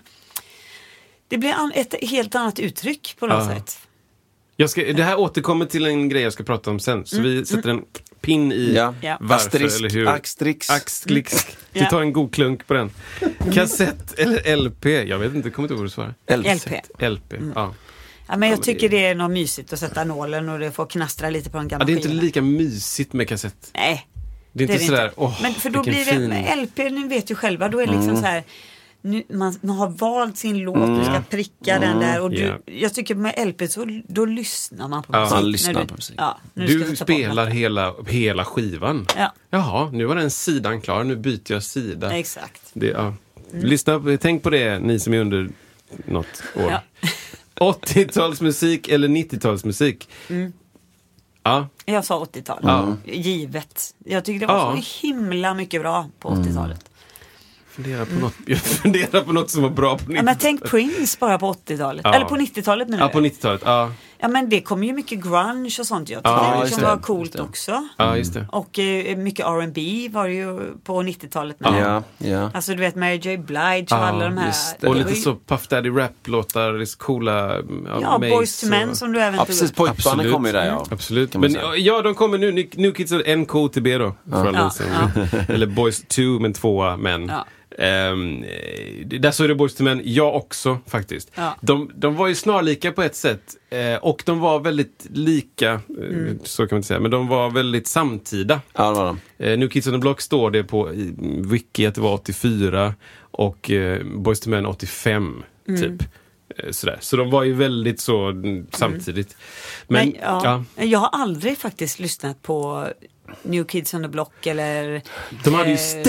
Det blir ett helt annat uttryck på något ja. sätt. Jag ska, det här återkommer till en grej jag ska prata om sen. Så mm. vi sätter en pin i ja. varför Asterisk, eller hur. Axtrix. Axtrix. Vi tar en god klunk på den. Kassett eller L P? Jag vet inte, kommer inte ihåg vad du svarar. L P. L P, mm. ja. Ja, men jag tycker det är något mysigt att sätta nålen och det får knastra lite på en gammal ja, det är inte skiva. lika mysigt med kassett. Nej. Det är inte det är sådär, inte. åh, men för då blir det, fin... L P, ni vet ju själva, då är det liksom mm. så här, nu, man, man har valt sin låt, mm. du ska pricka mm. den där och du, yeah. jag tycker med L P så då lyssnar man på ja, musik. Man lyssnar du, på musik. Ja, du spelar hela, hela skivan. Ja. Jaha, nu var den sidan klar, nu byter jag sida. Exakt. Det, ja. mm. Lyssna, tänk på det, ni som är under något år. Ja. åttiotalsmusik eller nittiotalsmusik? Mm. Ja. Jag sa åttiotal. Mm. Givet. Jag tycker det var ja. så himla mycket bra på åttiotalet. Fundera på, mm. något, jag funderar på något som var bra på nittiotalet. Ja, men tänk Prince bara på åttiotalet. Ja. Eller på nittiotalet menar Ja, på nittiotalet, ja. Ja, men det kom ju mycket grunge och sånt. Jag tycker ja, det kan vara coolt också. Ja, just det. Och eh, mycket R and B var det ju på nittiotalet. Med. Ja, ja. Alltså du vet Mary J. Blige och ja, alla de här. Och lite så Puff Daddy rap-låtar, lite coola. Ja, ja Boyz two Men som du även tog upp. Ja, precis. Pojkbarnen kommer ju där, ja. Absolut. Men ja, de kommer nu. New Kids är N K T B då. Ja. Ja, ja. Eller Boyz two men tvåa men. Ja. Um, där så är det Boyz two Men, jag också faktiskt. Ja. De, de var ju snarlika på ett sätt eh, och de var väldigt lika, mm. eh, så kan man inte säga, men de var väldigt samtida. Ja, det var de. Eh, New Kids on the Block står det på i Wiki att det var åttiofyra och eh, Boyz two Men åttiofem mm. typ. Eh, sådär. Så de var ju väldigt så mm, samtidigt. Men, men ja, ja. Jag har aldrig faktiskt lyssnat på New Kids on the Block eller... De hade ju eh, Step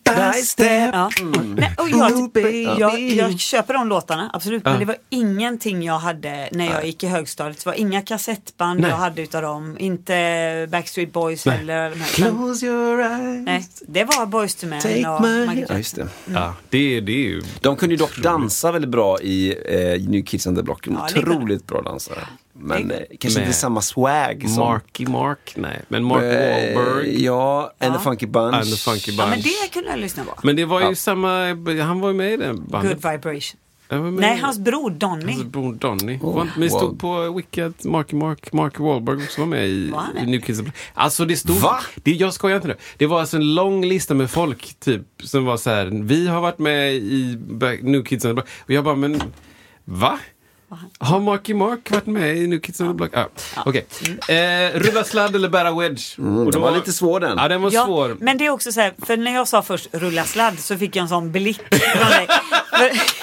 by step. Ja. Mm. Nej, och jag, jag, jag köper de låtarna, absolut. Men det var ingenting jag hade när jag gick i högstadiet. Det var inga kassettband Nej. jag hade utav dem. Inte Backstreet Boys Nej. eller de här. Close your eyes. Nej, det var Boys to Men. Take och my... Ja, just det. Mm. Ja, det, det är ju... De kunde ju dock dansa väldigt bra i eh, New Kids on the Block. Ja, otroligt bra dansare. Men eh, kanske inte samma swag som... Marky Mark, nej. Men Mark eh, Wahlberg. Ja, and ja. the Funky Bunch. And the Funky Bunch. Ja, men det kunde jag lyssna på. Men det var ju ja. samma... Han var ju med i den bandet. Good Vibration. Nej, hans bror Donny. Hans bror Donny. Oh, men det stod wow. på Wicked Marky Mark, Mark Wahlberg också var med i, i New Kids. Alltså det stod... Va? Det, jag skojar inte nu. Det var alltså en lång lista med folk typ som var så här. Vi har varit med i New Kids on the Block. Och jag bara, men... Va? Har Marky Mark varit med i New Kids on the Block? Ah, ja. Okej. Okay. Mm. Eh, rulla sladd eller bära wedge? Mm, och det var lite svår den. Ja, den var ja, svår. Men det är också så här, för när jag sa först rulla sladd så fick jag en sån blick från dig. för,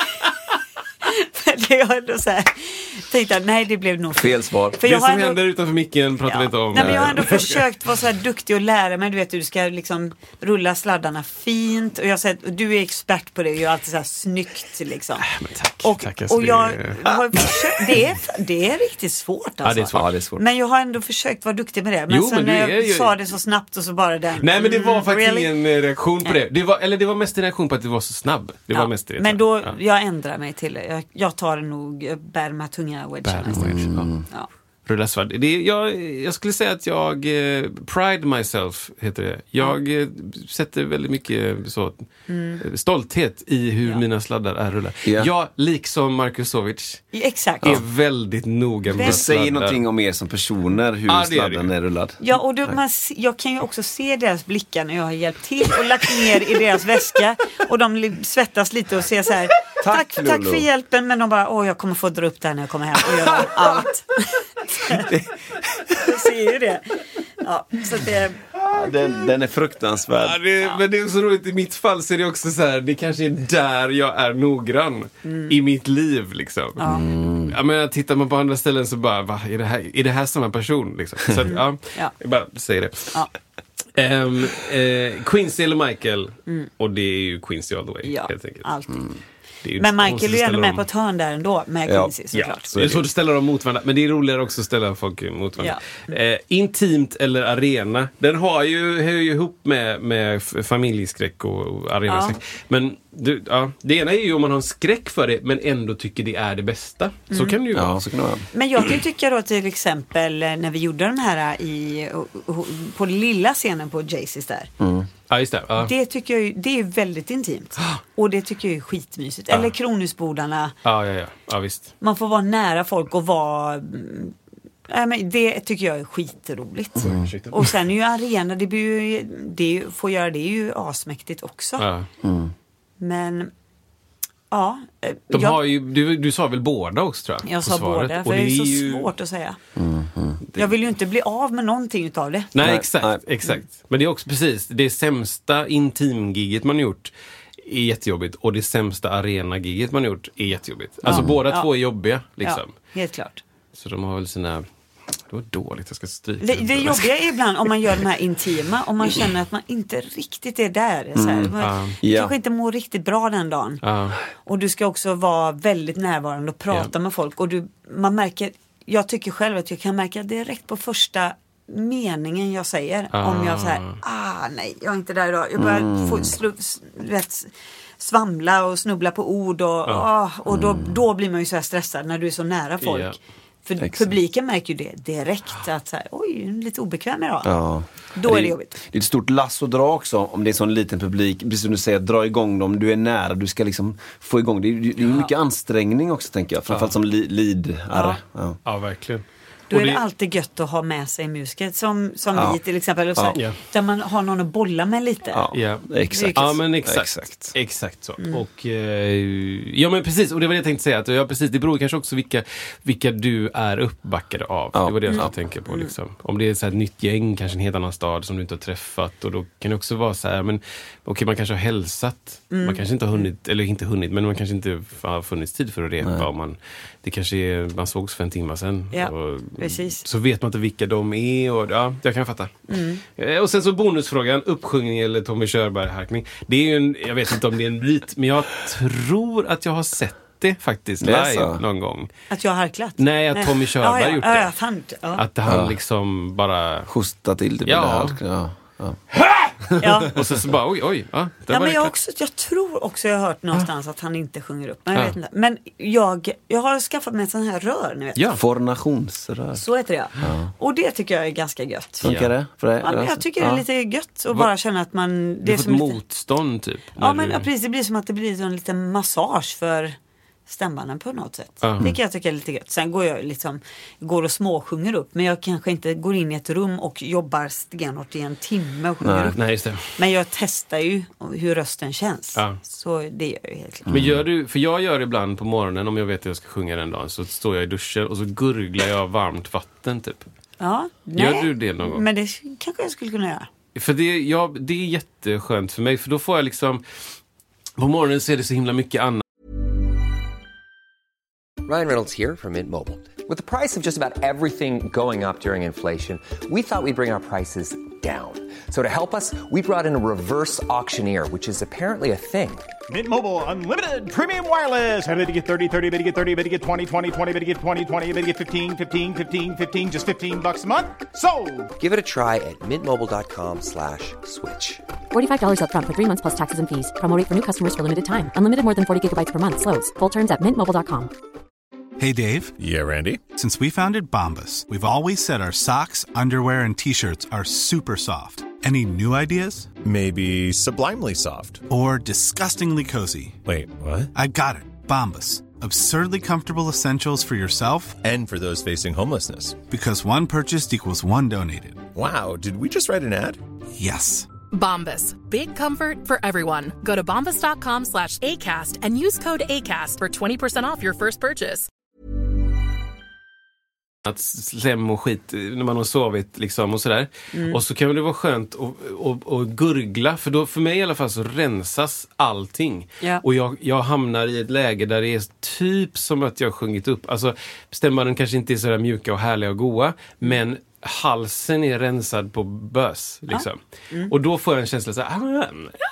för det jag ändå så här tänkte att nej, det blev nog fel svar. För det jag som ändå, händer utanför micken pratar ja. vi inte om. Nej, men jag har ändå försökt vara så här duktig och lära mig. Du vet, du ska liksom rulla sladdarna fint. Och jag säger att du är expert på det. Jag är alltid så här snyggt liksom. Men tack. Och, tack alltså, och jag det... har försökt, det, är, det är riktigt svårt alltså. Ja, det är svårt. Ja, det är svårt. Men jag har ändå försökt vara duktig med det. Men jo, sen men när jag är, sa det så snabbt och så bara den. Nej, men det var faktiskt really? ingen reaktion på det. det var, eller det var mest en reaktion på att det var så snabb. Det ja. var mest det. Men då, ja. jag ändrar mig till det. Jag, jag tar nog, bär med tunga wedgarna. Mm. Ja. Rulla svärd. Det, jag, jag skulle säga att jag eh, pride myself heter det. Jag eh, sätter väldigt mycket så, mm. stolthet i hur ja. mina sladdar är rullade. Yeah. Jag, liksom Markusovic, exakt. är väldigt noga med sladdar. Säg någonting om er som personer, hur ah, sladden är, är rullad. Ja, och då, man, jag kan ju också se deras blickar när jag har hjälpt till och lagt ner i deras väska. Och de svettas lite och ser så här, tack, tack, tack för hjälpen. Men de bara, åh, jag kommer få dra upp det här när jag kommer hem och göra allt. Du ser ju det. Ja, så det... Ja, den, den är fruktansvärd. Ja, det, ja. Men det är så roligt. I mitt fall så är det också så här, det kanske är där jag är noggrann mm. i mitt liv liksom. Ja. Mm. Jag menar, tittar man på andra ställen så bara, va, är det här, är det här samma person liksom? Så att, ja, ja. jag bara säger det. Ja. Um, eh, Quincy eller Michael mm. och det är ju Quincy all the way, ja, helt enkelt. Alltid. Mm. Men Michael är ju ändå med dem på ett hörn där ändå med Quincy, ja, såklart. Ja, så det är svårt att ställa dem mot varandra, men det är roligare också att ställa folk mot varandra. Ja. Eh, intimt eller arena, den har ju, hör ju ihop med, med familjeskräck och, och arenaskräck. Ja. Men du, ja, det ena är ju om man har en skräck för det, men ändå tycker det är det bästa. Mm. Så kan det ju vara. Ja, så kan det vara. Men jag kan ju tycka då till exempel när vi gjorde den här i, på lilla scenen på Jaycees där. Mm. Ja, just det. Ja. Det tycker jag ju, det är väldigt intimt. Och det tycker jag är skitmysigt. Ja. Eller Kronhusbodarna. Ja, ja, ja. Ja, visst. Man får vara nära folk och vara... Nej, men det tycker jag är skitroligt. Mm. Och sen är ju arena, det, blir ju, det får göra det är ju asmäktigt också. Ja. Mm. Men... Ja, de jag, har ju, du, du sa väl båda också, tror jag? Jag sa svaret. båda, för och det är, det är så ju... svårt att säga. Mm, mm. Jag vill ju inte bli av med någonting utav det. Nej, Nej exakt, nej. exakt. Men det är också precis, det sämsta intimgiget man gjort är jättejobbigt och det sämsta arenagiget man gjort är jättejobbigt. Alltså ja. båda ja. två är jobbiga, liksom. Ja, helt klart. Så de har väl sina... Det var dåligt, jag ska stryka. Det, det jobbiga är ibland om man gör de här intima, om man känner att man inte riktigt är där. Så här. Man uh, kanske yeah. inte mår riktigt bra den dagen. Uh. Och du ska också vara väldigt närvarande och prata yeah. med folk. Och du, man märker, jag tycker själv att jag kan märka direkt på första meningen jag säger. Uh. Om jag säger, ah nej, jag är inte där idag. Jag börjar mm. få slu, vet, svamla och snubbla på ord. Och, uh. ah, och då, då blir man ju så här stressad när du är så nära folk. Yeah. För exakt. Publiken märker ju det direkt att så här, oj, lite obekväm idag. Ja. Då är det jobbigt. Det är ett stort lass att dra också om det är sån liten publik. Precis som du säger, dra igång dem. Du är nära, du ska liksom få igång. Det är, det är mycket ja. ansträngning också, tänker jag. Framförallt ja. som li, lidare. Ja. Ja. ja, verkligen. Då är det, det alltid gött att ha med sig musiker som, som ja. vi till exempel så, ja. där man har någon att bolla med lite. Ja, ja. Exakt. Ja, men exakt. Exakt, exakt så. Mm. Och, eh, ja, men precis. Och det var det jag tänkte säga. Att, ja, precis, det beror kanske också vilka, vilka du är uppbackade av. Ja. Det var det jag mm. tänker på. Liksom. Mm. Om det är så här ett nytt gäng, kanske en helt annan stad som du inte har träffat. Och då kan det också vara så här, men okej, okay, man kanske har hälsat. Mm. Man kanske inte har hunnit, eller inte hunnit, men man kanske inte har funnits tid för att repa. Och man, det kanske är, man sågs för en timme sedan. Ja. Och Precis. Så vet man inte vilka de är och ja, jag kan fatta. Mm. Eh, och sen så bonusfrågan, uppsjungning eller Tommy Körberg-harkling. Det är ju en, jag vet inte om det är en bit, men jag tror att jag har sett det faktiskt live Läsa. någon gång. Att jag har harklat? Nej, att Tommy Körberg ja, ja, gjort ja, det. ja, han, ja. Att han Ja. liksom bara... Hosta till det. Ja. Ja. Ja. ja. Och så, så bara, oj, oj. Ja, det Ja, var men jag, klart. också, jag tror också jag har hört någonstans att han inte sjunger upp. Men jag Ja. vet inte. Men jag, jag har skaffat mig en sån här rör, ni vet. Ja. Fornationsrör. Så heter det, ja. Och det tycker jag är ganska gött. Funkar det för dig? Ja, men jag tycker det är lite gött att bara känna att man... Du Det är har som fått lite, motstånd typ. ja, när men du... ja, precis. Det blir som att det blir en liten massage för stämbanden på något sätt. Ja. Det kan jag tycka är lite gött. Sen går jag liksom, går och småsjunger upp. Men jag kanske inte går in i ett rum och jobbar stenhårt i en timme och sjunger Nej. upp. Nej, just det. Men jag testar ju hur rösten känns. Ja. Så det gör jag ju helt klart. Men gör du, för jag gör ibland på morgonen om jag vet att jag ska sjunga den dagen, så står jag i duschen och så gurglar jag varmt vatten typ. Ja, nej. Gör du det någon gång? Men det kanske jag skulle kunna göra. För det, ja, det är jätteskönt för mig, för då får jag liksom, på morgonen så är det så himla mycket annat. Ryan Reynolds here from Mint Mobile. With the price of just about everything going up during inflation, we thought we'd bring our prices down. So to help us, we brought in a reverse auctioneer, which is apparently a thing. Mint Mobile Unlimited Premium Wireless. How to get thirty, thirty, how to get thirty, how to get twenty, twenty, twenty, how to get twenty, twenty, how to get fifteen, fifteen, fifteen, fifteen, just fifteen bucks a month? Sold! Give it a try at mintmobile.com slash switch. forty-five dollars up front for three months plus taxes and fees. Promo rate for new customers for limited time. Unlimited more than forty gigabytes per month. Slows full terms at mint mobile dot com. Hey, Dave. Yeah, Randy. Since we founded Bombas, we've always said our socks, underwear, and T-shirts are super soft. Any new ideas? Maybe sublimely soft. Or disgustingly cozy? Wait, what? I got it. Bombas. Absurdly comfortable essentials for yourself And for those facing homelessness. because one purchased equals one donated. Wow, did we just write an ad? Yes. Bombas. Big comfort for everyone. Go to bombas.com slash ACAST and use code ACAST for twenty percent off your first purchase. Att slem och skit när man har sovit liksom och sådär. Mm. Och så kan det vara skönt att, att, att gurgla, för då, för mig i alla fall, så rensas allting. Ja. Och jag, jag hamnar i ett läge där det är typ som att jag har sjungit upp. Alltså stämbanden kanske inte är sådär mjuka och härliga och goa, men halsen är rensad på bös liksom. Ja. Mm. Och då får jag en känsla så här,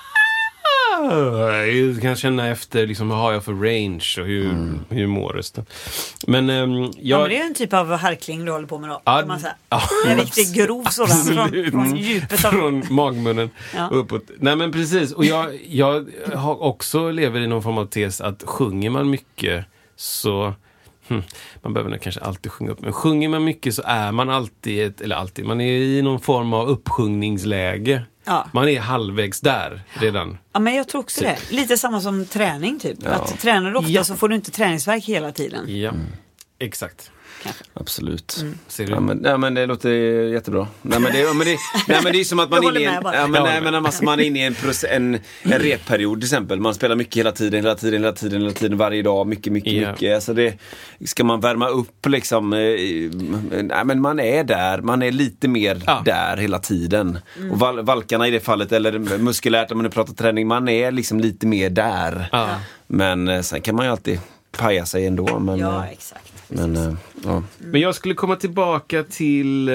jag kan känna efter liksom, vad har jag för range och hur, mm. hur mår rösten. Men, um, jag... ja, men det är en typ av harkling du håller på med då. Ja, kan man säga. Ja, en riktigt grov sådan från, från djupet av... från magmunnen ja. uppåt. Nej men precis, och jag, jag har också lever i någon form av tes att sjunger man mycket så... Hmm. Man behöver nog kanske alltid sjunga upp, men sjunger man mycket så är man alltid, ett, eller alltid, man är i någon form av uppsjungningsläge. Ja. Man är halvvägs där redan. Ja, men jag tror också typ. det. Lite samma som träning typ. Ja. Att tränar du ofta ja. så får du inte träningsvärk hela tiden. Ja, mm. exakt. Kanske. Absolut. Mm. Ser du? Ja, men, ja, men det låter jättebra. Nej, men det, men det, nej, men det är som att man är inne i en, ja, men, nej, men man är inne i en, en, en repperiod till exempel. Man spelar mycket hela tiden, hela tiden, hela tiden, hela tiden, varje dag, mycket, mycket, yeah. mycket. Alltså det, ska man värma upp liksom, eh, nej, men man är där, man är lite mer ja. där hela tiden. Mm. Och val, valkarna i det fallet, eller muskulärt om man nu pratar träning, man är liksom lite mer där. Ja. Men eh, sen kan man ju alltid paja sig ändå. Men, ja, exakt. Men, äh, ja. mm. men jag skulle komma tillbaka till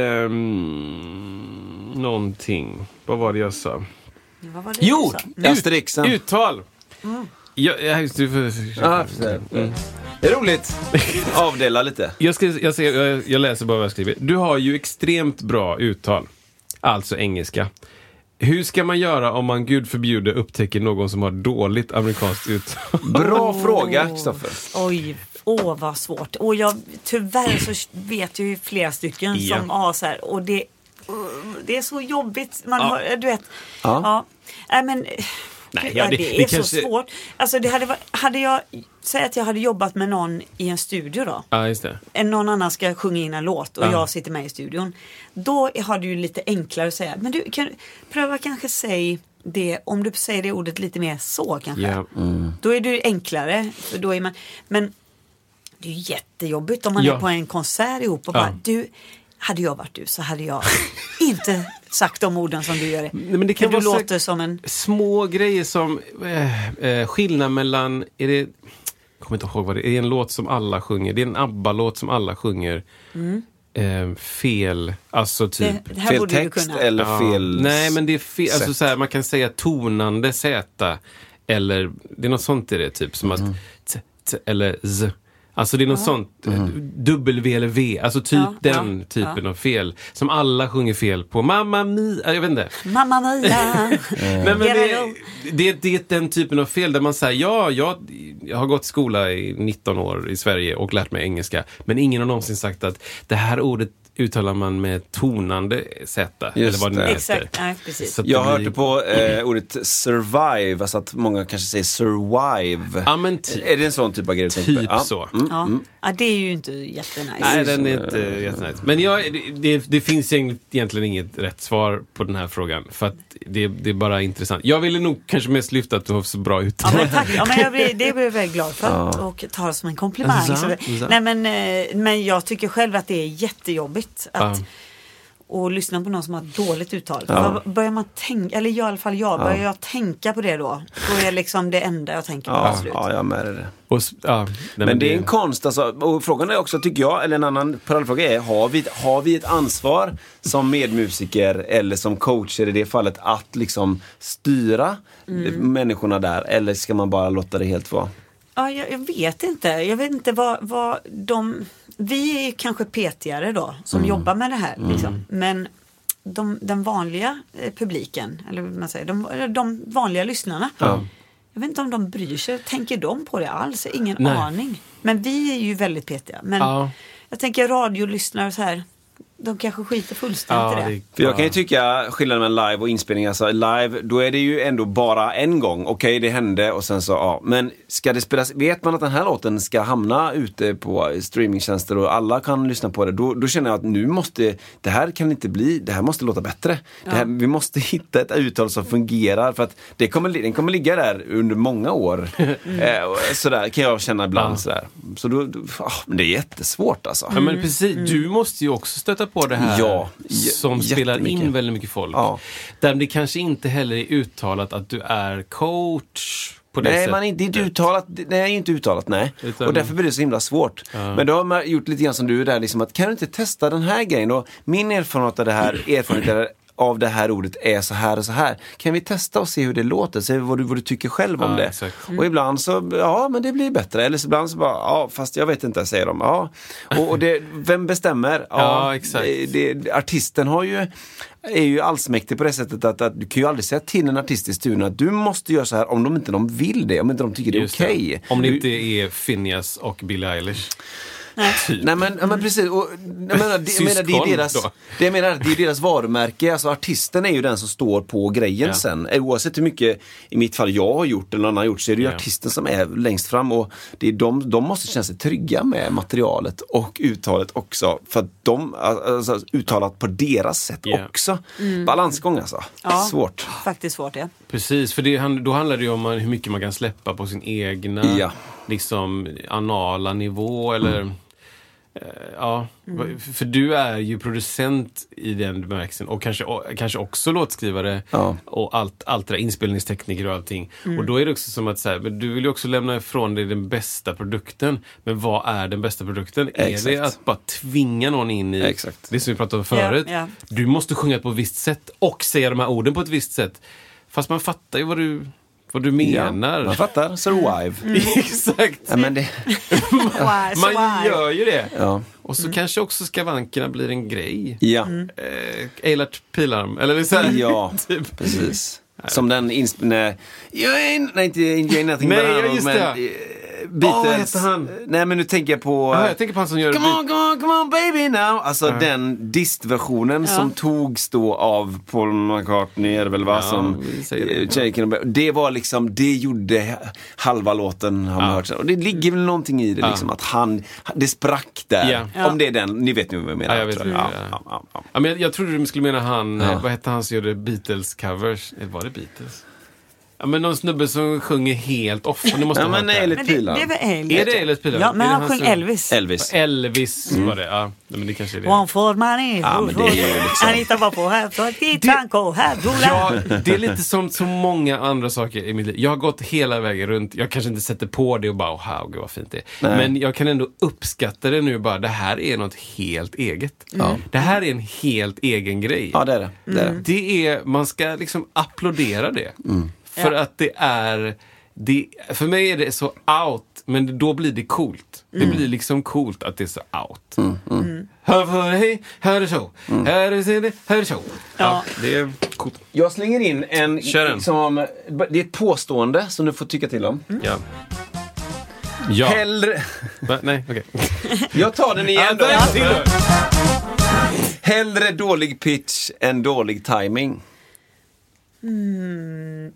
um, någonting. Vad var det jag sa? Vad var det jo, ut, uttal. Mm. Jag, jag, du får, ah, mm. Det är roligt. Avdela lite. Jag, ska, jag, ser, jag, jag läser bara vad jag skriver. Du har ju extremt bra uttal. Alltså engelska. Hur ska man göra om man, gud förbjuder, upptäcker någon som har dåligt amerikanskt uttal? Bra oh. fråga, Kristoffer. Oj, åh oh, vad svårt. Och jag, tyvärr så vet jag ju flera stycken ja. som har så här. Och det, det är så jobbigt. Man ja. har, du vet. Ja. ja. Nej, men... Nej, ja, det, det är det så kanske... svårt. Alltså det hade, hade jag säg att jag hade jobbat med någon i en studio då. Ja, just det. Någon annan ska sjunga in en låt och ja. jag sitter med i studion. Då har du ju lite enklare att säga. Men du kan pröva kanske säga det, om du säger det ordet lite mer så kanske. Yeah. Mm. Då är det enklare. För då är man, men det är ju jättejobbigt om man ja. är på en konsert ihop och ja. bara, du, hade jag varit du så hade jag inte sagt de orden som du gör. Det. Men det kan du vara låter som en... små grejer som eh, eh, skillnad mellan, är det, jag kommer inte ihåg vad det är, är en låt som alla sjunger, det är en ABBA-låt som alla sjunger. Mm. eh, fel, alltså typ Det, det här fel borde du text kunna. eller ja, fel nej men det är fel, sätt. alltså så här, man kan säga tonande Z eller det är något sånt i det typ som att t, t, eller z. Alltså det är något ja. sånt mm. W eller V, alltså typ ja, den ja, typen ja. av fel som alla sjunger fel på. Mamma Mia, jag vet inte. Mamma Mia. Nej, men det, det, det är den typen av fel där man säger ja, jag, jag har gått i skola i nitton år i Sverige och lärt mig engelska, men ingen har någonsin sagt att det här ordet uttalar man med tonande Z eller vad det heter. Exakt, ja, precis. Så jag blir... hörde på eh, ordet survive, alltså att många kanske säger survive. Ja, men ty- är det en sån typ av grej? Typ ja. så. Mm, ja. Mm. ja, det är ju inte jättenice. Nej, den är inte jättenice. Men jag, det, det finns egentligen inget rätt svar på den här frågan, för att det, det är bara intressant. Jag ville nog kanske mest lyfta att du har så bra ut. Ja, men tack. Ja, men jag blir, det blir jag väldigt glad för ja. och tar det som en komplimang. Så, så. Nej, men, men jag tycker själv att det är jättejobbigt att ja. och lyssna på någon som har dåligt uttal. Ja. Börjar man tänka, eller i alla fall jag, börjar ja. jag tänka på det då? Då är det liksom det enda jag tänker på ja, slut. Ja, jag med det. Och, ja, men, men det, det är en konst alltså, och frågan är också, tycker jag, eller en annan parallellfråga är, har vi, har vi ett ansvar som medmusiker eller som coacher i det fallet att liksom styra mm. människorna där, eller ska man bara låta det helt vara? Ja, jag, jag vet inte. Jag vet inte vad, vad de... Vi är kanske petigare då, som mm. jobbar med det här. Liksom. Mm. Men de, den vanliga eh, publiken, eller vad man säger, de, de vanliga lyssnarna, ja. jag vet inte om de bryr sig. Tänker de på det alls? Ingen Nej. aning. Men vi är ju väldigt petiga. Men ja. jag tänker radiolyssnare så här... De kanske skiter fullständigt ja, i det. För jag kan ju tycka skillnaden mellan live och inspelning, alltså live, då är det ju ändå bara en gång. Okej, okay, det hände och sen så, ja. Men ska det spelas, vet man att den här låten ska hamna ute på streamingtjänster och alla kan lyssna på det, då, då känner jag att nu måste, det här kan inte bli, det här måste låta bättre. Ja. Det här, vi måste hitta ett uttal som fungerar, för att det kommer, den kommer ligga där under många år. Mm. Eh, sådär kan jag känna ibland. Ja. Sådär. Så då, då oh, men det är jättesvårt alltså. Mm. Ja, men precis, mm. du måste ju också stöta på det här ja, som spelar in väldigt mycket folk. Ja. Där det kanske inte heller är uttalat att du är coach på det nej, sättet. Man är inte, inte uttalat, nej, inte uttalat, nej. Utan, och därför blir det så himla svårt. Ja. Men då har man gjort lite grann som du där, liksom, att kan du inte testa den här grejen då? Min erfarenhet av det här, erfarenhet av det här ordet är så här och så här. Kan vi testa och se hur det låter? Se vad du, vad du tycker själv om ja, det. Mm. Och ibland så, ja men det blir bättre. Eller så ibland så bara, ja fast jag vet inte, säger de. Ja. Och, och det, vem bestämmer? Ja, ja exakt. Det, det, artisten har ju, är ju allsmäktig på det sättet att, att du kan ju aldrig säga till en artist i studion att du måste göra så här om de inte de vill det, om inte de tycker det är okej. Okay. Om det inte är Finneas och Billie Eilish. Nej. Typ. Nej men, men precis och, jag menar, det, jag menar, det är deras det jag menar, det är deras varumärke, alltså artisten är ju den som står på grejen ja. sen, oavsett hur mycket i mitt fall jag har gjort eller någon annan har gjort, så är det ju ja. artisten som är längst fram, och det är de, de måste känna sig trygga med materialet och uttalet också, för att de alltså, uttalat på deras sätt ja. också. Mm. Balansgång alltså, ja, svårt. Faktiskt svårt, ja. Precis, för det, då handlar det ju om hur mycket man kan släppa på sin egna ja. liksom anala nivå eller mm. uh, ja, mm. för du är ju producent i den bemärkelsen och kanske, och, kanske också låtskrivare ja. och allt, allt det där, inspelningstekniker och allting. Mm. Och då är det också som att så här, men du vill ju också lämna ifrån dig den bästa produkten. Men vad är den bästa produkten? Exakt. Är det att bara tvinga någon in i Exakt. det som vi pratade om förut? Ja, ja. Du måste sjunga på ett visst sätt och säga de här orden på ett visst sätt. Fast man fattar ju vad du, vad du menar. Ja, man fattar. Survive. Mm. Exakt. Ja, men det... man gör ju det. Ja. Och så mm. kanske också skavankerna blir en grej. Ja. Mm. Eh, Eilert Pilarm. Eller så här. Ja, typ. Precis. Som den... Insp- nej, nej, inte Enjoy Nothing. Nej, ja, just det. Beatles. Åh, vad heter han? Nej, men nu tänker jag på... Ja, jag tänker på han som gör... Come on, come on, come on baby now. Alltså ja. den distversionen ja. som togs då av Paul McCartney, är det väl va? Ja, som det. det var liksom, det gjorde halva låten har man ja. hört sen. Och det ligger väl någonting i det liksom, ja. att han, det sprack där. Ja. Ja. Om det är den, ni vet nu vad jag menar. Ja, jag vet jag. Ja. Ja. Ja, ja. Ja, men jag, jag trodde du skulle mena han, ja. vad hette han som gjorde Beatles covers? Eller var det Beatles? Ja, men någon snubbe som sjunger helt off. Ni måste ja, men Eilert Pilar. Det, det är väl Är det Eilert Pilar? Ja, men han sjöng Elvis. Elvis. Elvis mm. var det, ja. Men det kanske är det. One for money. Ja, men det är ju liksom... Anita var på här. Så det, här ja, det är lite som så många andra saker i mitt liv. Jag har gått hela vägen runt. Jag kanske inte sätter på det och bara, wow, gud vad fint det är. Nej. Men jag kan ändå uppskatta det nu bara. Det här är något helt eget. Mm. Det här är en helt egen grej. Ja, det är det. Det är, mm. det är man ska liksom applådera det. Mm. För ja. att det är det, för mig är det så out, men då blir det coolt. Det mm. blir liksom coolt att det är så out. Mm. Mm. Hör för hej, här är det show. Mm. Här är det, här är det show. Ja. ja, det är coolt. Jag slänger in en, en. Som, det är ett påstående som du får tycka till om. Mm. Ja. Ja. Hellre... Va? Nej, okej. Okay. Jag tar den igen då. Ja. Hellre dålig pitch än dålig timing. Mm.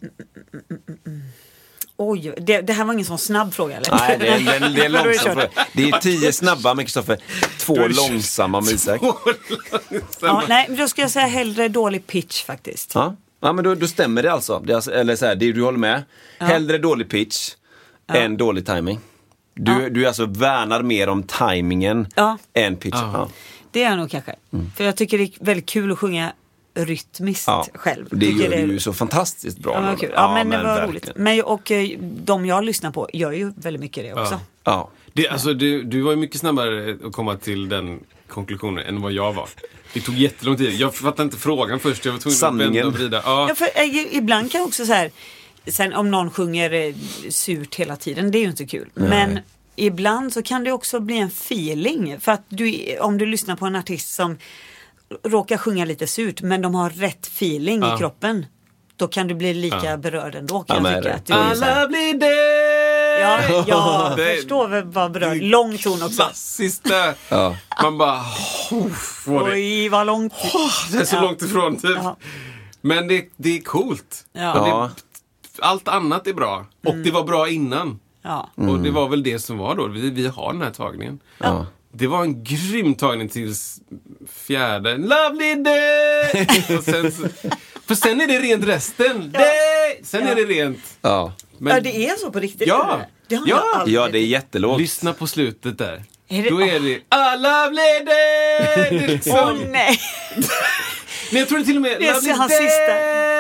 Oj, det, det här var ingen sån snabb fråga eller? Nej, det är, det är, det är långsam fråga. Det är tio snabba med Kristoffer, två långsamma med Isak. Ja, nej, då ska jag säga hellre dålig pitch faktiskt. Ja, ja men då, då stämmer det alltså. Det är alltså eller så här, det du håller med. Ja. Hellre dålig pitch ja. än dålig timing. Du, ja. du alltså värnar mer om timingen ja. än pitch. Ja. Ja. Det är jag nog kanske. Mm. För jag tycker det är väldigt kul att sjunga rytmiskt ja, själv. Det gör det ju så fantastiskt bra. Ja, men, kul. Ja, ja, men, men det var verkligen. roligt. Men, och de jag lyssnar på gör ju väldigt mycket det också. Ja. Ja. Det, alltså, du, du var ju mycket snabbare att komma till den konklusionen än vad jag var. Det tog jättelång tid. Jag fattade inte frågan först. Jag var tvungen Sanningen. att vända och vrida. Ja. Ja, för, äh, ibland kan också så här, sen om någon sjunger eh, surt hela tiden, det är ju inte kul. Nej. Men ibland så kan det också bli en feeling. För att du, om du lyssnar på en artist som råkar sjunga lite surt, men de har rätt feeling ja. i kroppen, då kan du bli lika ja. berörd ändå, kan ja, jag tycka. Att du alla blir det! Ja, jag det, förstår väl vad berörd. Lång ton också. Klassiskt där. Ja. Man bara, vad Oj, vad långt. Oh, det är så ja. långt ifrån typ. Ja. Men det, det är coolt. Ja. Det, allt annat är bra. Och mm. det var bra innan. Ja. Mm. Och det var väl det som var då. Vi, vi har den här tagningen. Ja. Det var en grym tagning tills fjärde. Lovely day! Och sen, för sen är det rent resten. Ja. Day! Sen ja. är det rent. Ja. Men, ja, det är så på riktigt. Ja, det ja. ja det är jättelågt. Lyssna på slutet där. Är det, Då är det ah, lovely day! Liksom. Åh oh, nej. Men jag tror det till och med det är lovely hans day! Sista.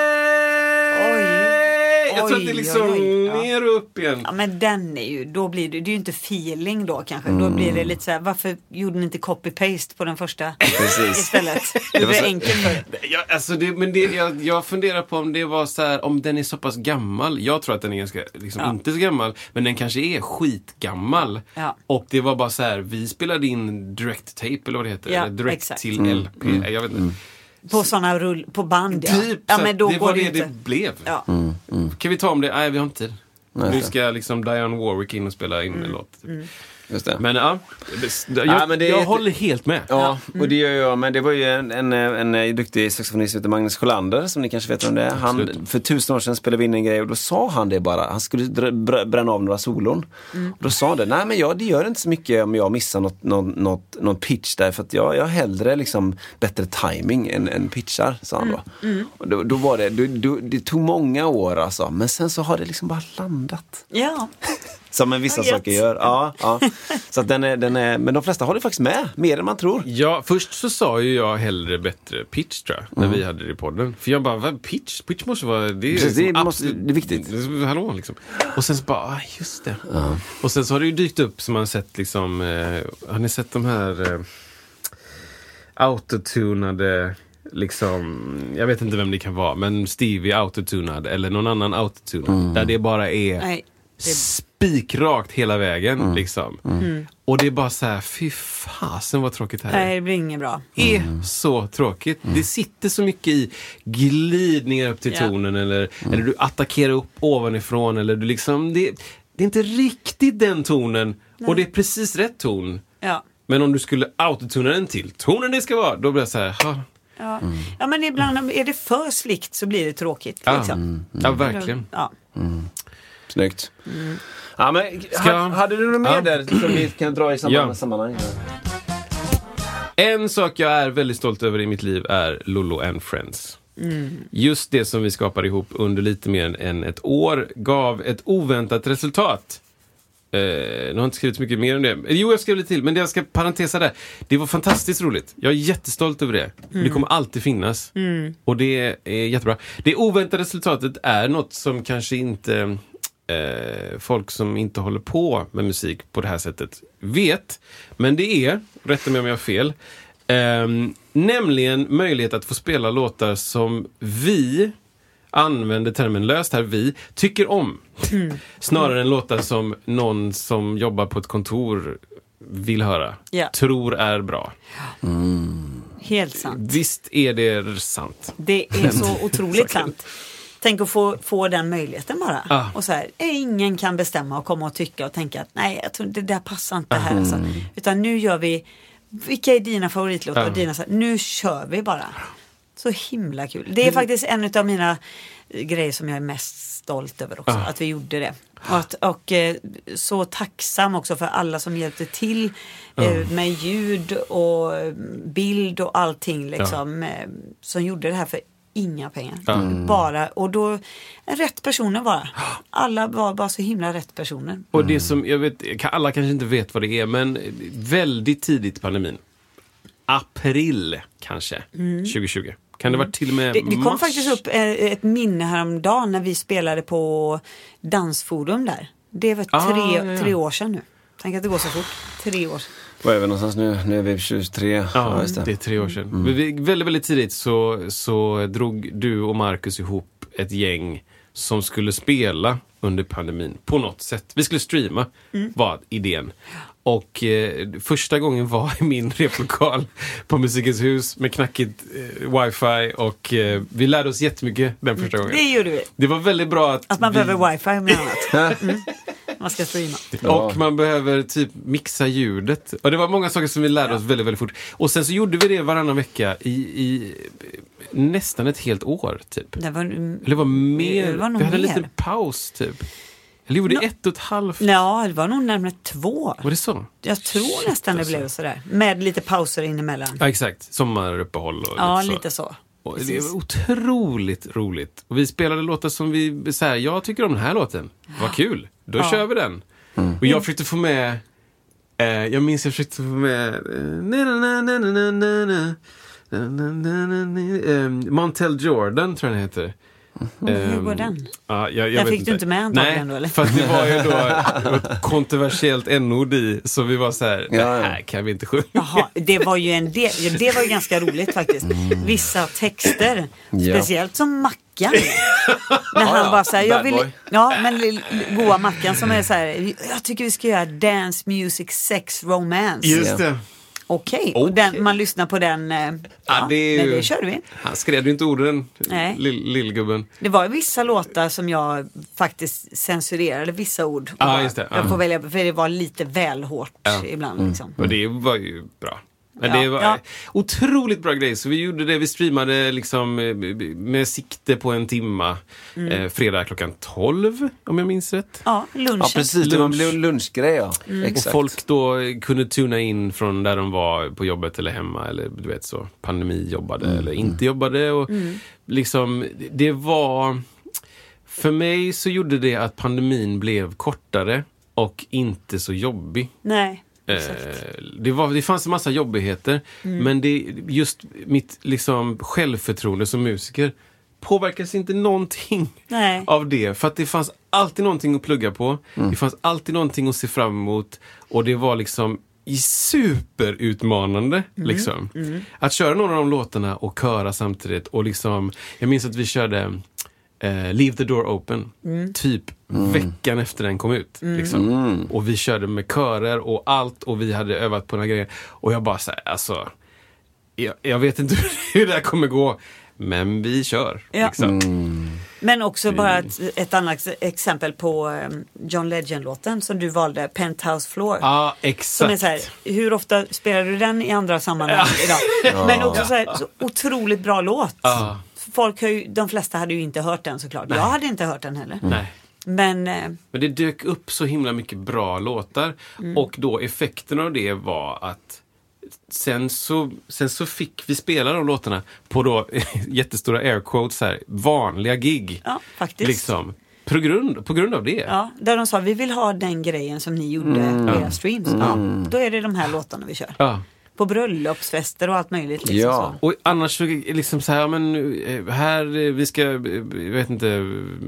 Oj. Jag tror att det är liksom oj, oj, ja. ner och upp igen. Ja, men den är ju, då blir det, det är ju inte feeling då kanske. Mm. Då blir det lite så här, varför gjorde ni inte copy-paste på den första istället? Det, det var så enkelt för. Ja, alltså det, men det, jag, jag funderar på om det var så här, om den är så pass gammal. Jag tror att den är ganska, liksom ja. inte så gammal, men den kanske är skitgammal. Ja. Och det var bara så här, vi spelade in direct tape eller vad det heter. Ja, eller direct exakt. till mm. L P. Mm. Jag vet inte. Mm. På sådana rull, på band, ja. Typ, ja men då det går var det det inte. det blev. Ja. Mm, mm. Kan vi ta om det? Nej, vi har inte tid. Nej, nu ska liksom Dionne Warwick in och spela in mm. en låt. Typ. Mm. Just det. Men ja, det, jag, ja, men det jag jätte... håller helt med. Ja, mm. och det gör jag. Men det var ju en, en, en, en duktig saxofonist som heter Magnus Sjölander, som ni kanske vet om det. Han, för tusen år sedan spelade vi in en grej och då sa han det bara. Han skulle dra, bränna av några solon. Mm. Och då sa han det, nej men jag, det gör inte så mycket om jag missar något, något, något, någon pitch där. För att jag, jag har hellre liksom bättre timing än, än pitchar, sa han då. Mm. Mm. Och då, då var det, då, då, det tog många år alltså. Men sen så har det liksom bara landat. Ja. Som en vissa saker gör. Ja, ja. Så att den är, den är, men de flesta har det faktiskt med. Mer än man tror. Ja, först så sa ju jag hellre bättre pitch, tror jag. När mm. vi hade det i podden. För jag bara, vad pitch? Pitch måste vara... Det är, Precis, det, måste, absolut, det är viktigt. Det är, hallå, liksom. Och sen så bara, ah, just det. Ja. Och sen så har det ju dykt upp som man har sett liksom... Eh, har ni sett de här... Eh, autotunade... liksom, jag vet inte vem det kan vara, men Stevie autotunad eller någon annan autotunad mm. där det bara är Nej, det... spikrakt hela vägen mm. liksom. Mm. Och det är bara så här, fy fasen vad tråkigt det här är. Nej, det blir inget bra. Det är mm. så tråkigt. Mm. Det sitter så mycket i glidningar upp till yeah. tonen eller, mm. eller du attackerar upp ovanifrån eller du liksom, det, det är inte riktigt den tonen. Nej. Och det är precis rätt ton. Ja. Men om du skulle autotuna den till tonen det ska vara, då blir det så här, ha. Ja. Mm. ja, men ibland är det för slikt så blir det tråkigt. Ja, liksom. mm. ja verkligen. Ja. Mm. Snyggt. Mm. Ja, men, Ska... ha, hade du något mer ja. där som vi kan dra i samman, ja. sammanhang? En sak jag är väldigt stolt över i mitt liv är Lolo and Friends. Mm. Just det som vi skapade ihop under lite mer än ett år gav ett oväntat resultat. Eh, nu har jag inte skrivit så mycket mer om det. Jo, jag skrev lite till, men det jag ska parentesa där. Det var fantastiskt roligt. Jag är jättestolt över det. Mm. Det kommer alltid finnas. Mm. Och det är jättebra. Det oväntade resultatet är något som kanske inte eh, folk som inte håller på med musik på det här sättet vet. Men det är, rätta mig om jag har fel, eh, nämligen möjlighet att få spela låtar som vi använder termen löst här, vi tycker om. Mm. Snarare än låtar som någon som jobbar på ett kontor vill höra. Yeah. Tror är bra. Mm. Helt sant. Visst är det sant. Det är så otroligt sant. Tänk att få, få den möjligheten bara. Ah. Och så här, ingen kan bestämma och komma och tycka och tänka att nej, jag tror det där passar inte här. Mm. Alltså. Utan nu gör vi, vilka är dina favoritlåtar? Ah. Dina, så här, nu kör vi bara. Så himla kul. Det är faktiskt en av mina grejer som jag är mest stolt över också. Ah. Att vi gjorde det. Och, att, och eh, så tacksam också för alla som hjälpte till eh, ah. med ljud och bild och allting liksom. Ah. Eh, som gjorde det här för inga pengar. Mm. Bara, och då rätt personer bara. Alla var bara så himla rätt personer. Och det som, jag vet, alla kanske inte vet vad det är, men väldigt tidigt i pandemin. April kanske, mm. tjugo tjugo. Kan det vara till och med det, det kom faktiskt upp ett minne häromdagen när vi spelade på Dansforum där. Det var ah, tre, ja, ja. tre år sedan nu. Tänk att det går så fort. Tre år. Vad är vi någonstans nu? Nu är vi tjugotre. Ja, ja just det. Det är tre år sedan. Mm. Men vi, väldigt, väldigt tidigt så, så drog du och Marcus ihop ett gäng som skulle spela under pandemin på något sätt. Vi skulle streama, mm. var idén. Och eh, första gången var i min replokal på Musikens hus med knackigt eh, wifi och eh, vi lärde oss jättemycket den första gången. Det gjorde vi. Det var väldigt bra att... Att man vi... behöver wifi med annat. Mm. Man ska streama. Och man behöver typ mixa ljudet. Och det var många saker som vi lärde ja. oss väldigt, väldigt fort. Och sen så gjorde vi det varannan vecka i, i nästan ett helt år typ. Det var, Eller det var mer. Det var vi hade en liten paus typ. Eller gjorde det ett och ett halvt? Ja, det var nog närmare två. Var det så? Jag tror Shit, nästan det blev sådär. Med lite pauser inemellan. Ja, exakt. Sommaruppehåll och ja, lite så. lite så. Och det var otroligt roligt. Och vi spelade låtar som vi så här, jag tycker om den här låten. Vad kul. Då ja. kör vi den. Mm. Och jag försökte få med eh, jag minns jag försökte få med eh, Montel Jordan tror jag den heter. Mm, hur går den? Ja, jag, jag den vet fick inte. du inte med antagligen då, eller? För att det var ju då ett kontroversiellt n-ord i, så vi var så här, ja, det här kan vi inte sjunga. Jaha, det var ju en del, det var ju ganska roligt faktiskt. Mm. Vissa texter, ja. speciellt som Mackan. När han ja, bara så här, jag vill, ja, men goa Mackan som är så här, jag tycker vi ska göra dance, music, sex, romance. Just det. Okej, okay. och den, man lyssnar på den. Ja, ja det, är ju, det körde vi. Han skrev ju inte orden, lillgubben. Det var vissa låtar som jag faktiskt censurerade, vissa ord. Ja, ah, just det. Jag får välja, för det var lite väl hårt ja. ibland. Mm. Liksom. Och det var ju bra. Men ja, det var ja. otroligt bra grej. Så vi gjorde det, vi streamade liksom med sikte på en timma. Mm. Eh, fredag klockan tolv, om jag minns rätt. Ja, lunch. Ja, precis. Det var en lunchgrej, ja. Mm. Exakt. Och folk då kunde tuna in från där de var på jobbet eller hemma. Eller du vet så, pandemi jobbade mm. eller inte jobbade. Och mm. liksom, det var... För mig så gjorde det att pandemin blev kortare och inte så jobbig. Nej. Eh, det, var, det fanns en massa jobbigheter mm. men det, just mitt liksom, självförtroende som musiker påverkas inte någonting Nej. av det, för att det fanns alltid någonting att plugga på, mm. det fanns alltid någonting att se fram emot och det var liksom superutmanande mm. liksom. Mm. Att köra några av de låtarna och köra samtidigt och liksom, jag minns att vi körde Uh, Leave the Door Open mm. typ mm. veckan efter den kom ut mm. liksom. mm. och vi körde med körer och allt och vi hade övat på några grejer och jag bara såhär, alltså jag, jag vet inte hur det här kommer gå, men vi kör ja. liksom. mm. Men också vi... bara ett, ett annat exempel på um, John Legend-låten som du valde, Penthouse Floor. Ja, ah, exakt. Som är så här, hur ofta spelar du den i andra sammanhang idag? ja. Men också så, här, så otroligt bra låt. Ah. Folk har ju, de flesta hade ju inte hört den såklart. Nej. Jag hade inte hört den heller. Nej. Men, eh, Men det dök upp så himla mycket bra låtar. Mm. Och då effekten av det var att sen så, sen så fick vi spela de låtarna på då jättestora air quotes här, vanliga gig. Ja, faktiskt. Liksom. På grund, på grund av det. Ja, där de sa, vi vill ha den grejen som ni gjorde mm. på era streams. Mm. Ja, då är det de här låtarna vi kör. Ja. På bröllopsfester och allt möjligt. Liksom, ja. så. Och annars så liksom så här, men här vi ska, jag vet inte,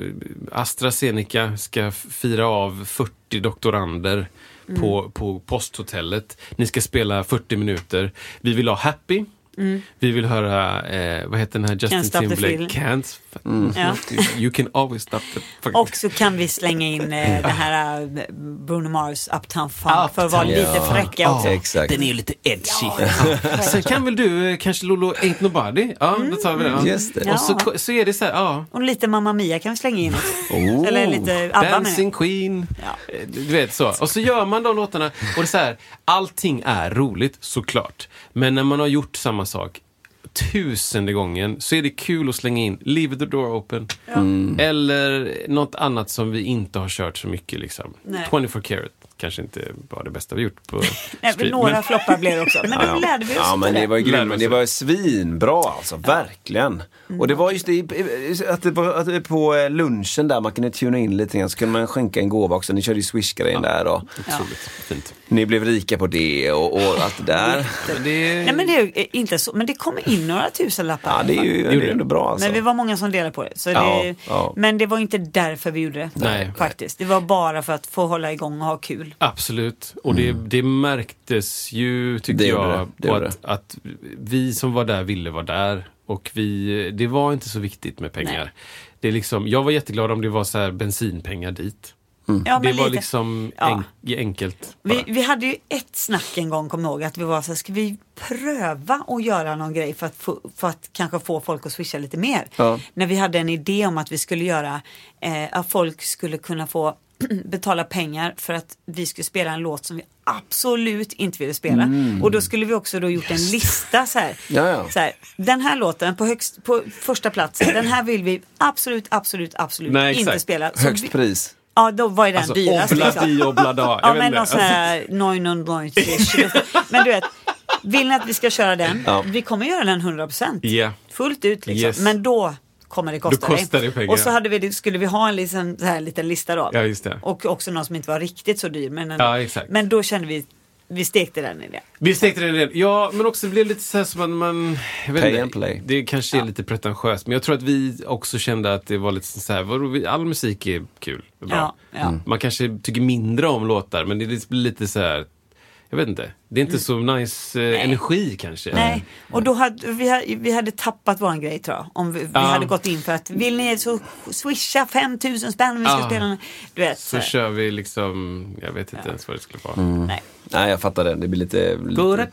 AstraZeneca ska fira av fyrtio doktorander mm. på, på posthotellet. Ni ska spela fyrtio minuter. Vi vill ha Happy. Mm. Vi vill höra, eh, vad heter den här Justin Timberlake? Can't. Mm. Ja. You can always stop the fucking... Och så kan vi slänga in eh, det här uh, Bruno Mars Uptown Funk Uptown. För att vara lite ja. fräcka också. Exakt. Den är ju lite edgy. Ja. Sen kan väl du, eh, kanske Lolo Ain't Nobody? Ja, mm. då tar vi det. Ja. Just det. Och så, så är det så här, ja. Och lite Mamma Mia kan vi slänga in. Oh. Eller lite ABBA. Dancing Queen. Ja. Du vet så. Och så gör man de låtarna. Och det är så här, allting är roligt, såklart. Men när man har gjort samma sak tusende gången så är det kul att slänga in Leave the door open mm. eller något annat som vi inte har kört så mycket liksom. twenty-four karat kanske inte var det bästa vi gjort på Nej, några men... floppar blev det också. Men ja, då lärde vi oss ja, men det. det var ju grym, men det var ju svinbra alltså, ja. verkligen. Mm. Och det var just det, att det var, att det på lunchen där man kunde tuna in lite grann, så kunde man skänka en gåva också. Ni körde ju Swish-grejen ja. där och otroligt ja. fint. Ni blev rika på det och, och allt det där. Men det... Nej, men det är inte så, men det kommer in några tusen lappar. Ja, det är ju det är ändå bra alltså. Men vi var många som delade på det. Så ja, det ja. Men det var inte därför vi gjorde det. Nej. Faktiskt. Det var bara för att få hålla igång och ha kul. Absolut. Och det, det märktes ju, tycker det jag, det. Det på att, att vi som var där ville vara där. Och vi, det var inte så viktigt med pengar. Det är liksom, jag var jätteglad om det var så här bensinpengar dit. Mm. Ja, det var lite, liksom en, ja. enkelt. Vi, vi hade ju ett snack en gång, kom ihåg, att vi var så här, ska vi pröva att göra någon grej för att, få, för att kanske få folk att swisha lite mer. Ja. När vi hade en idé om att vi skulle göra, eh, att folk skulle kunna få betala pengar för att vi skulle spela en låt som vi absolut inte ville spela. Mm. Och då skulle vi också då gjort en lista så här. Ja, ja. Så här, den här låten på, högst, på första platsen, den här vill vi absolut, absolut, absolut Nej, inte spela. Så högst vi, pris. Ja, då var ju den alltså, dyrast. Obladi, liksom. oblada. Ja, men någon sån här nio Men du vet, vill ni att vi ska köra den? Ja. Vi kommer göra den hundra procent. Yeah. Fullt ut liksom. Yes. Men då kommer det kosta, då kostar det pengar. Och så hade vi, skulle vi ha en liten, så här, liten lista då. Ja, just det. Och också någon som inte var riktigt så dyr. Men, en, ja, exakt. men då kände vi, vi stekte den idén. Vi stekte den idén. Ja, men också det blev lite så här som att man... Jag vet Pay inte, and play. Det kanske är ja. lite pretentiöst. Men jag tror att vi också kände att det var lite så här, all musik är kul. Är bra. Ja, ja. Mm. Man kanske tycker mindre om låtar, men det blir lite så här... Jag vet inte. Det är inte så nice eh, energi kanske. Nej, och då hade vi, hade, vi hade tappat våran grej tror jag. Om vi, vi ja. hade gått in för att vill ni så swisha fem tusen spänn om vi ska ja. spela. Du vet, så, så kör vi liksom, jag vet inte ja. ens vad det skulle vara. Mm. Nej. Nej, jag fattar det. Det blir lite... lite...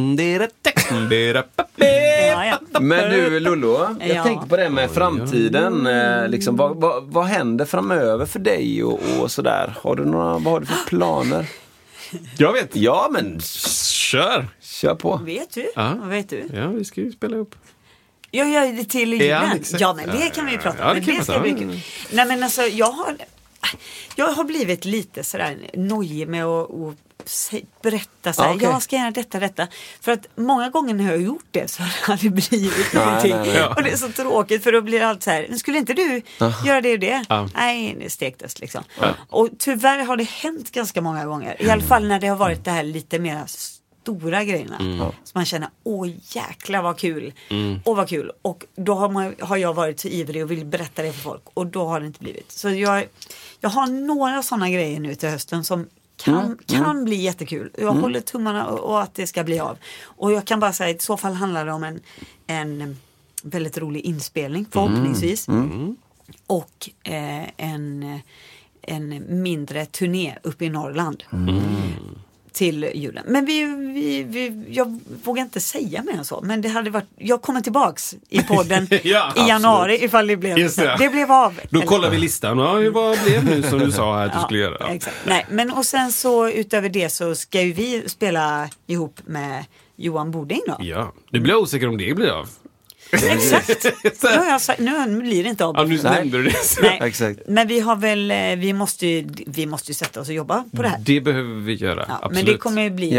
ja, ja. Men du Lolo, jag ja. tänkte på det med framtiden. Eh, liksom, vad, vad, vad händer framöver för dig och, och sådär? Har du några, vad har du för planer? Jag vet. Ja, men kör. Kör på. Vet du? Ja. Vad vet du? Ja, vi ska ju spela upp. Jag gör det till julen. Ja, ja, men det kan vi ju prata om. Ja, det men det ska bli kul. Nej, men alltså, jag har jag har blivit lite sådär nojig med att och berätta så här, ah, okay. jag ska göra detta, detta. För att många gånger när jag har gjort det så har det blivit någonting. Nej, nej, nej. Och det är så tråkigt för då blir det allt så här, skulle inte du uh. göra det och det? Uh. Nej, det stektes liksom. Uh. Och tyvärr har det hänt ganska många gånger. I alla fall när det har varit det här lite mer stora grejerna. Mm. Så man känner, åh jäklar vad kul. Mm. Åh vad kul. Och då har, man, har jag varit så ivrig och vill berätta det för folk. Och då har det inte blivit. Så jag, jag har några sådana grejer nu till hösten som kan, mm. kan mm. bli jättekul. Jag mm. håller tummarna och, och att det ska bli av. Och jag kan bara säga att i så fall handlar det om en, en väldigt rolig inspelning förhoppningsvis. Mm. Mm. Och eh, en, en mindre turné uppe i Norrland. Mm. Till julen. Men vi, vi, vi, jag vågar inte säga mer än så. Men det hade varit, jag kommer tillbaks i podden ja, i januari absolut. Ifall det blev det. det blev av. Då eller? Kollar vi listan. Ja, vad blev nu som du sa här att du ja, skulle göra? Ja. Exakt. Nej, men och sen så utöver det så ska ju vi spela ihop med Johan Boding då. Ja, det blir osäker om det blir av. Exakt. Nu, har jag sagt, nu blir det inte av. Ja, nu nämnde du det. Nej. Exakt. Men vi har väl, vi måste ju, vi måste ju sätta oss och jobba på det här. Det behöver vi göra, ja, absolut. Men det kommer ju bli ja.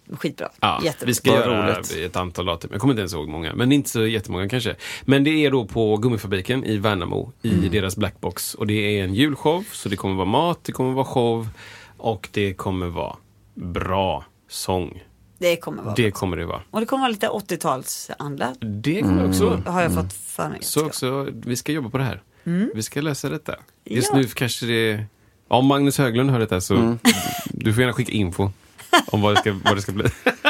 skitbra. Ja, jättebra. Vi ska göra roligt. Ett antal datum. Jag kommer inte ens ihåg många, men inte så jättemånga kanske. Men det är då på Gummifabriken i Värnamo i mm. deras Blackbox. Och det är en julshow, så det kommer vara mat, det kommer vara show och det kommer vara bra sång. Det kommer vara. Det kommer det vara. Och det kommer vara lite åttiotalsandra. Det kommer mm. också. Har jag fått för mig. Så också, vi ska jobba på det här. Mm. Vi ska lösa detta. Just ja. nu kanske det... Om Magnus Höglund hör detta så mm. du får gärna skicka info om vad det ska, vad det ska bli.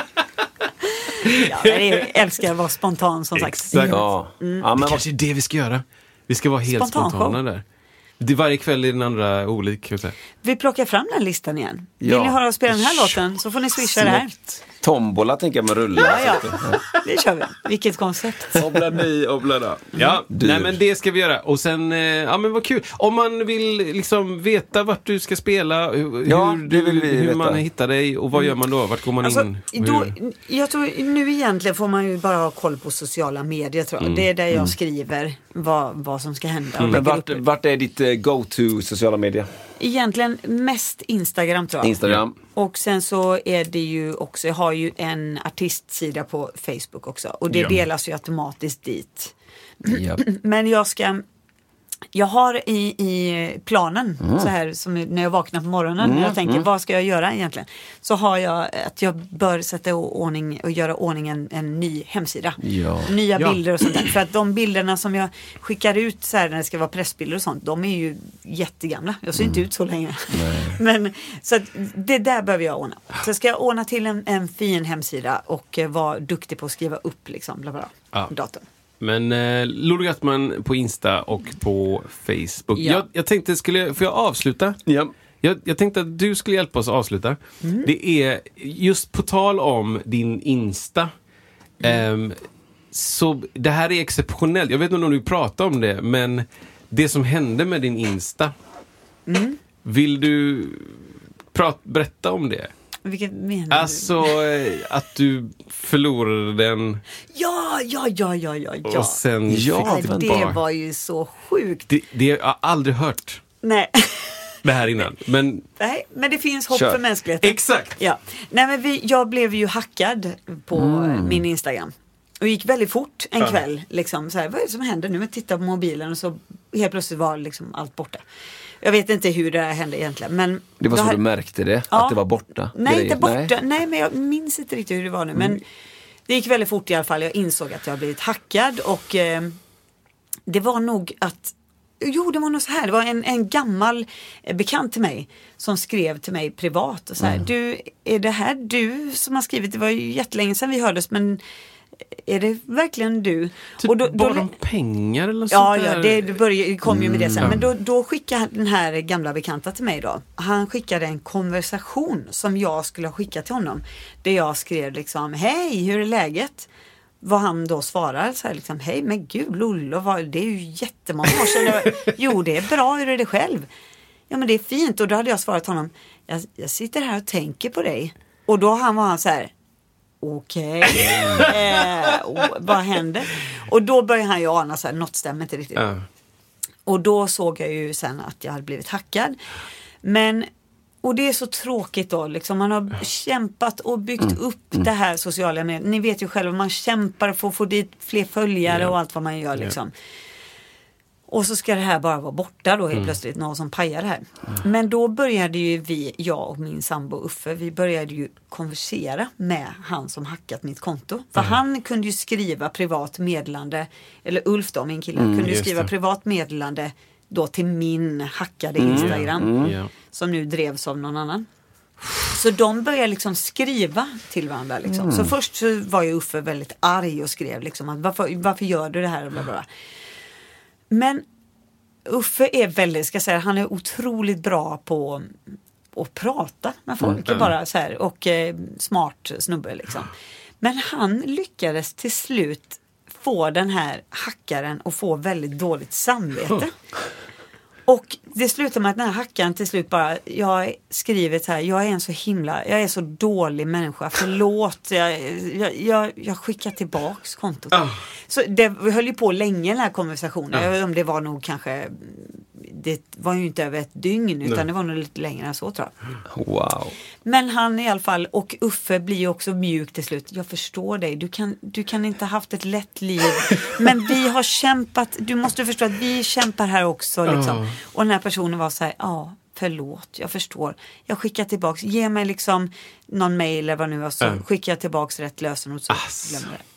Ja, jag älskar att vara spontan som sagt. Exakt. Ja. Mm. Ja, men det kanske är det vi ska göra. Vi ska vara helt Spontan spontana show. Där. Det varje kväll är den andra olik. Vi plockar fram den listan igen. Ja. Vill ni höra oss spela den här låten så får ni swisha det här. Tombola tänker jag med rulla. Ja, ja. Det kör vi. Vilket koncept. Obla ni, obla da. Ja, nej, men det ska vi göra. Och sen, ja men vad kul. Om man vill liksom veta vart du ska spela, hur, ja, det vill vi hur veta. man hittar dig och vad gör man då? Vart går man alltså, in? Då, jag tror, nu egentligen får man ju bara ha koll på sociala medier tror jag. Mm. Det är där jag mm. skriver vad, vad som ska hända. Mm. Men vart, vart är ditt uh, go-to sociala medier? Egentligen mest Instagram tror jag. Instagram. Och sen så är det ju också, jag har ju en artistsida på Facebook också. Och det ja. delas ju automatiskt dit. Ja. Men jag ska, jag har i, i planen, mm. så här som när jag vaknar på morgonen, mm. när jag tänker, mm. vad ska jag göra egentligen? Så har jag att jag bör sätta ordning och göra ordning en, en ny hemsida. Ja. Nya ja. bilder och sånt där. För att de bilderna som jag skickar ut så här när det ska vara pressbilder och sånt, de är ju jättegamla. Jag ser mm. inte ut så länge. Men så att det där behöver jag ordna. Så ska jag ordna till en, en fin hemsida och eh, vara duktig på att skriva upp liksom, bla bla, ja. datum. Men eh, Lolo Gattman på Insta och på Facebook. Ja. Jag, jag tänkte, skulle, får jag avsluta? Ja. Jag, jag tänkte att du skulle hjälpa oss att avsluta. Mm. Det är just på tal om din Insta. Mm. Eh, så det här är exceptionellt. Jag vet inte om du pratar om det, men det som hände med din Insta. Mm. Vill du prat, berätta om det? Vilket menar du? Alltså att du förlorade den. Ja, ja, ja, ja, ja, ja. Och sen ja, det bara. Var ju så sjukt. Det, det jag har aldrig hört. Nej. Det här innan. Men nej, men det finns hopp kör. För mänskligheten. Exakt. Ja. Nej, men vi, jag blev ju hackad på mm. min Instagram. Och gick väldigt fort en ja. kväll liksom så här, vad är det som händer nu? Jag tittar på mobilen och så helt plötsligt var liksom allt borta. Jag vet inte hur det hände egentligen. Men det var så här... du märkte det? Ja. Att det var borta? Nej, grejer. inte borta. Nej. Nej, men jag minns inte riktigt hur det var nu. Mm. Men det gick väldigt fort i alla fall. Jag insåg att jag hade blivit hackad. Och eh, det var nog att... Jo, det var nog så här. Det var en, en gammal eh, bekant till mig som skrev till mig privat. Och så här, mm. du, är det här du som har skrivit? Det var ju jättelänge sedan vi hördes, men... Är det verkligen du? Typ och då, bara då, om pengar eller något ja, sånt där? Ja, det, det, började, det kom ju med det sen. Mm. Men då, då skickade den här gamla bekanta till mig då. Han skickade en konversation som jag skulle ha skickat till honom. Där jag skrev liksom, hej, hur är läget? Vad han då svarar så här liksom, hej, men gud, Lollo, vad, det är ju jättemånga år sedan. Jo, det är bra, hur är det själv? Ja, men det är fint. Och då hade jag svarat honom, jag, jag sitter här och tänker på dig. Och då han var han så här, okej, okay. eh, vad händer? Och då började han ju ana så här, något stämmer inte riktigt. Uh. Och då såg jag ju sen att jag hade blivit hackad. Men, och det är så tråkigt då, liksom man har uh. kämpat och byggt mm. upp mm. det här sociala medier. Ni vet ju själva, man kämpar för att få dit fler följare yeah. och allt vad man gör liksom. Yeah. Och så ska det här bara vara borta då helt mm. plötsligt, någon som pajar det här. Mm. Men då började ju vi, jag och min sambo Uffe, vi började ju konversera med han som hackat mitt konto. För mm. han kunde ju skriva privat meddelande, eller Ulf då, min kille, mm, kunde ju skriva det. privat meddelande då till min hackade mm. Instagram. Mm. Mm. Som nu drevs av någon annan. Så de började liksom skriva till varandra liksom. Mm. Så först så var ju Uffe väldigt arg och skrev liksom att varför, varför gör du det här? Bla, bla, bla. Men Uffe är väldigt, ska jag säga, han är otroligt bra på att prata med folk. Mm. Bara så här, och eh, smart snubbe liksom. Men han lyckades till slut få den här hackaren att få väldigt dåligt samvete. Och det slutar med att den här hackaren till slut bara, jag har skrivit här, jag är en så himla, jag är så dålig människa, förlåt, jag, jag, jag, jag skickar tillbaks kontot. Oh. Så det, vi höll ju på länge den här konversationen. Jag vet om det var nog kanske, det var ju inte över ett dygn utan Nej. det var nog lite längre än så tror jag. Wow. Men han i alla fall, och Uffe blir ju också mjuk till slut. Jag förstår dig, du kan, du kan inte ha haft ett lätt liv. Men vi har kämpat, du måste förstå att vi kämpar här också liksom. Oh. Och den här personen var så här, ja. Förlåt, jag förstår. Jag skickar tillbaks, ge mig liksom någon mail eller vad nu var så mm. skickar jag tillbaks rätt lösenord så Ass. glömmer det.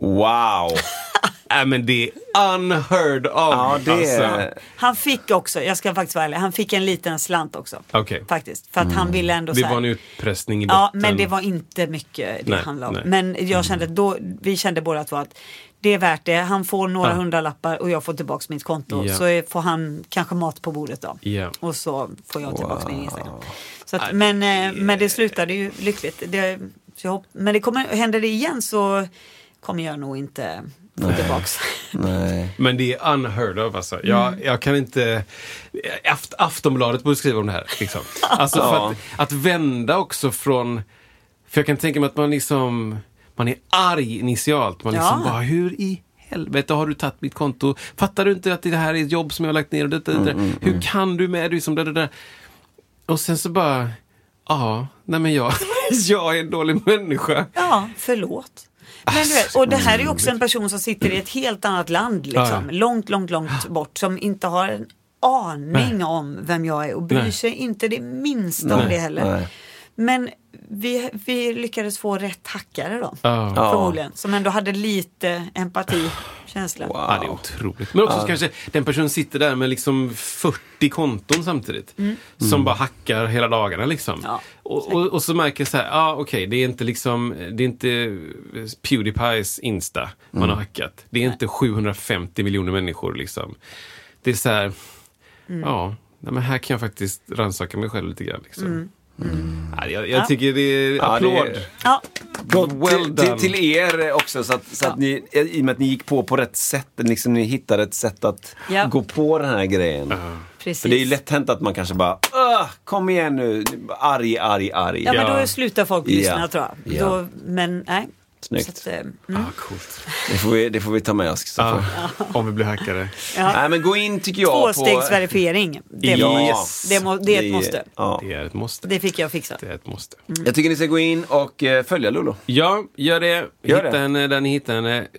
Wow. Nej men det är unheard of. Ja, det är... alltså. Han fick också, jag ska faktiskt vara ärlig, han fick en liten slant också. Okay. Faktiskt, för att mm. han ville ändå det så här, var en utpressning i botten. Ja, men det var inte mycket det nej, handlade om. Nej. Men jag kände då, vi kände båda två att det är värt det. Han får några ja. hundralappar och jag får tillbaka mitt konto. Ja. Så får han kanske mat på bordet då. Ja. Och så får jag tillbaka wow. min Instagram. Så att, men, yeah. men det slutade ju lyckligt. Det, så jag hopp, men det kommer, händer det igen så kommer jag nog inte få tillbaks. Nej. Men det är unheard of alltså. Jag, mm. jag kan inte... Aft, Aftonbladet borde skriva om det här. Liksom. Alltså för ja. att, att vända också från... För jag kan tänka mig att man liksom... Man är arg initialt. Man liksom ja. bara, hur i helvete har du tagit mitt konto? Fattar du inte att det här är ett jobb som jag har lagt ner? Och det, det, det. Mm, mm, hur kan du med det? Som det, det, det? Och sen så bara, ja, nej men jag, jag är en dålig människa. Ja, förlåt. Men du vet, och det här är också en person som sitter i ett helt annat land. Liksom, ja. Långt, långt, långt bort. Som inte har en aning nej. om vem jag är. Och bryr nej. sig inte det minsta nej. om det heller. Nej. Men vi, vi lyckades få rätt hackare då. Oh. Förmodligen. Som ändå hade lite empati, känsla. Wow. Ja, det är otroligt. Men också uh. kanske den personen sitter där med liksom fyrtio konton samtidigt. Mm. Som mm. bara hackar hela dagarna liksom. Ja, och, och, och så märker jag så här, ja ah, okej, okay, det är inte liksom, det är inte PewDiePies Insta mm. man har hackat. Det är Nej. inte sjuhundrafemtio miljoner människor liksom. Det är så här, mm. ja, men här kan jag faktiskt rannsaka mig själv lite grann liksom. Mm. Mm. Ja, jag, jag tycker det är ja, applåd. Det är, ja. well till, till er också så att, så att ja. ni, i och med att ni gick på på rätt sätt liksom ni hittade ett sätt att ja. gå på den här grejen. Uh. För det är ju lätt hänt att man kanske bara kom igen nu, arg, arg, arg. Ja, men då slutar folk lyssna ja. tror jag. Ja. Då, men nej. Snyggt. Så att, mm. ah, coolt. Det får vi, det får vi ta med oss. Så ah, om vi blir hackare. Ja. Nej, men gå in tycker jag på... Tvåstegsverifiering. Det, yes. det, må, det är ett måste. Ja. Det är ett måste. Det fick jag fixa. Det är ett måste. Mm. Jag tycker ni ska gå in och uh, följa Lollo. Ja, gör det. Gör hitta det. henne där ni hittar henne.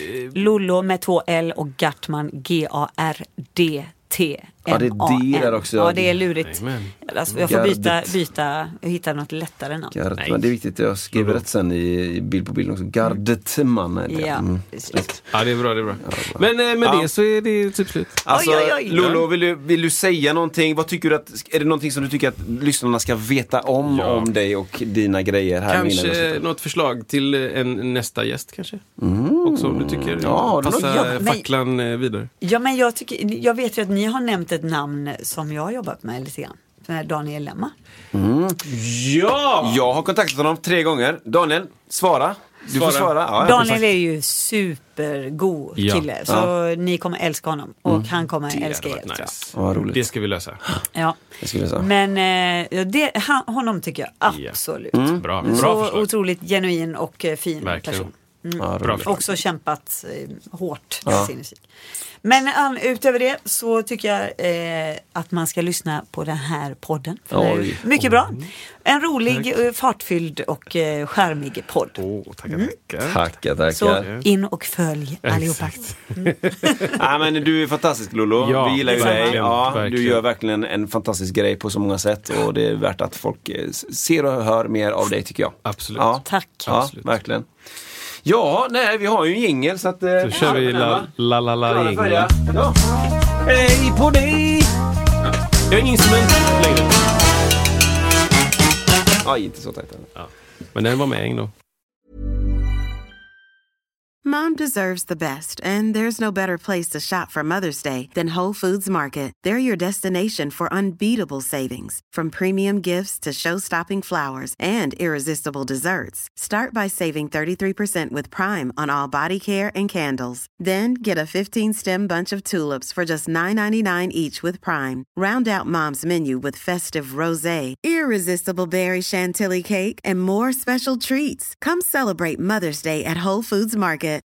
Lollo med två L och Gartman G A R D T Ja, det är det där också. Ja, det är lurigt. Alltså, jag får byta, byta och hitta något lättare namn. Gardet, det är viktigt. Jag skriver rätt sen i, i bild på bild också. Gardetman är det. Ja, mm. ja, det är bra, det är bra. Ja, det är bra. Men eh, med ja. det så är det typ slut. Alltså, oj, oj, oj. Lollo, vill du, vill du säga någonting? Vad tycker du att, är det någonting som du tycker att lyssnarna ska veta om, ja. om dig och dina grejer här? Kanske något förslag till en nästa gäst kanske? Mm. Också om du tycker ja, passa ja, facklan men, vidare. Ja, men jag, tycker, jag vet ju att ni har nämnt ett namn som jag har jobbat med lite grann. Daniel Lemma. Mm. Ja! Jag har kontaktat honom tre gånger. Daniel, svara. Du svara. får svara. Ja, Daniel är ju supergod kille. Ja. Så ja. ni kommer älska honom. Och mm. han kommer det älska er. Nice. Ja, det ska vi lösa. Ja. Det ska vi lösa. Men eh, det, han, honom tycker jag absolut. Mm. Bra. Bra så förslag. otroligt genuin och eh, fin verkligen. person. Mm. Ja, bra också kämpat eh, hårt ja. med sin musik. Men an, utöver det så tycker jag eh, att man ska lyssna på den här podden. För det är mycket bra. En rolig, Tack. fartfylld och eh, skärmig podd. Oh, tackar, tackar. Mm. Tackar, tackar. Så in och följ allihopa. Mm. Ja, men du är fantastisk, Lollo. Ja, vi gillar ju dig. Ja, verkligen. Du gör verkligen en fantastisk grej på så många sätt. Och det är värt att folk ser och hör mer av dig, tycker jag. Absolut. Ja. Tack. Ja, Absolut. verkligen. Ja, nej, vi har ju en jingle så att... Så ja, kör vi la la la la jingle. Ja. Hej på dig! Ja. Jag har instrument längre. Ja, inte så tajt. Ja. Men den var med ändå. Mom deserves the best, and there's no better place to shop for Mother's Day than Whole Foods Market. They're your destination for unbeatable savings, from premium gifts to show-stopping flowers and irresistible desserts. Start by saving thirty-three percent with Prime on all body care and candles. Then get a fifteen-stem bunch of tulips for just nine ninety-nine each with Prime. Round out Mom's menu with festive rosé, irresistible berry chantilly cake, and more special treats. Come celebrate Mother's Day at Whole Foods Market.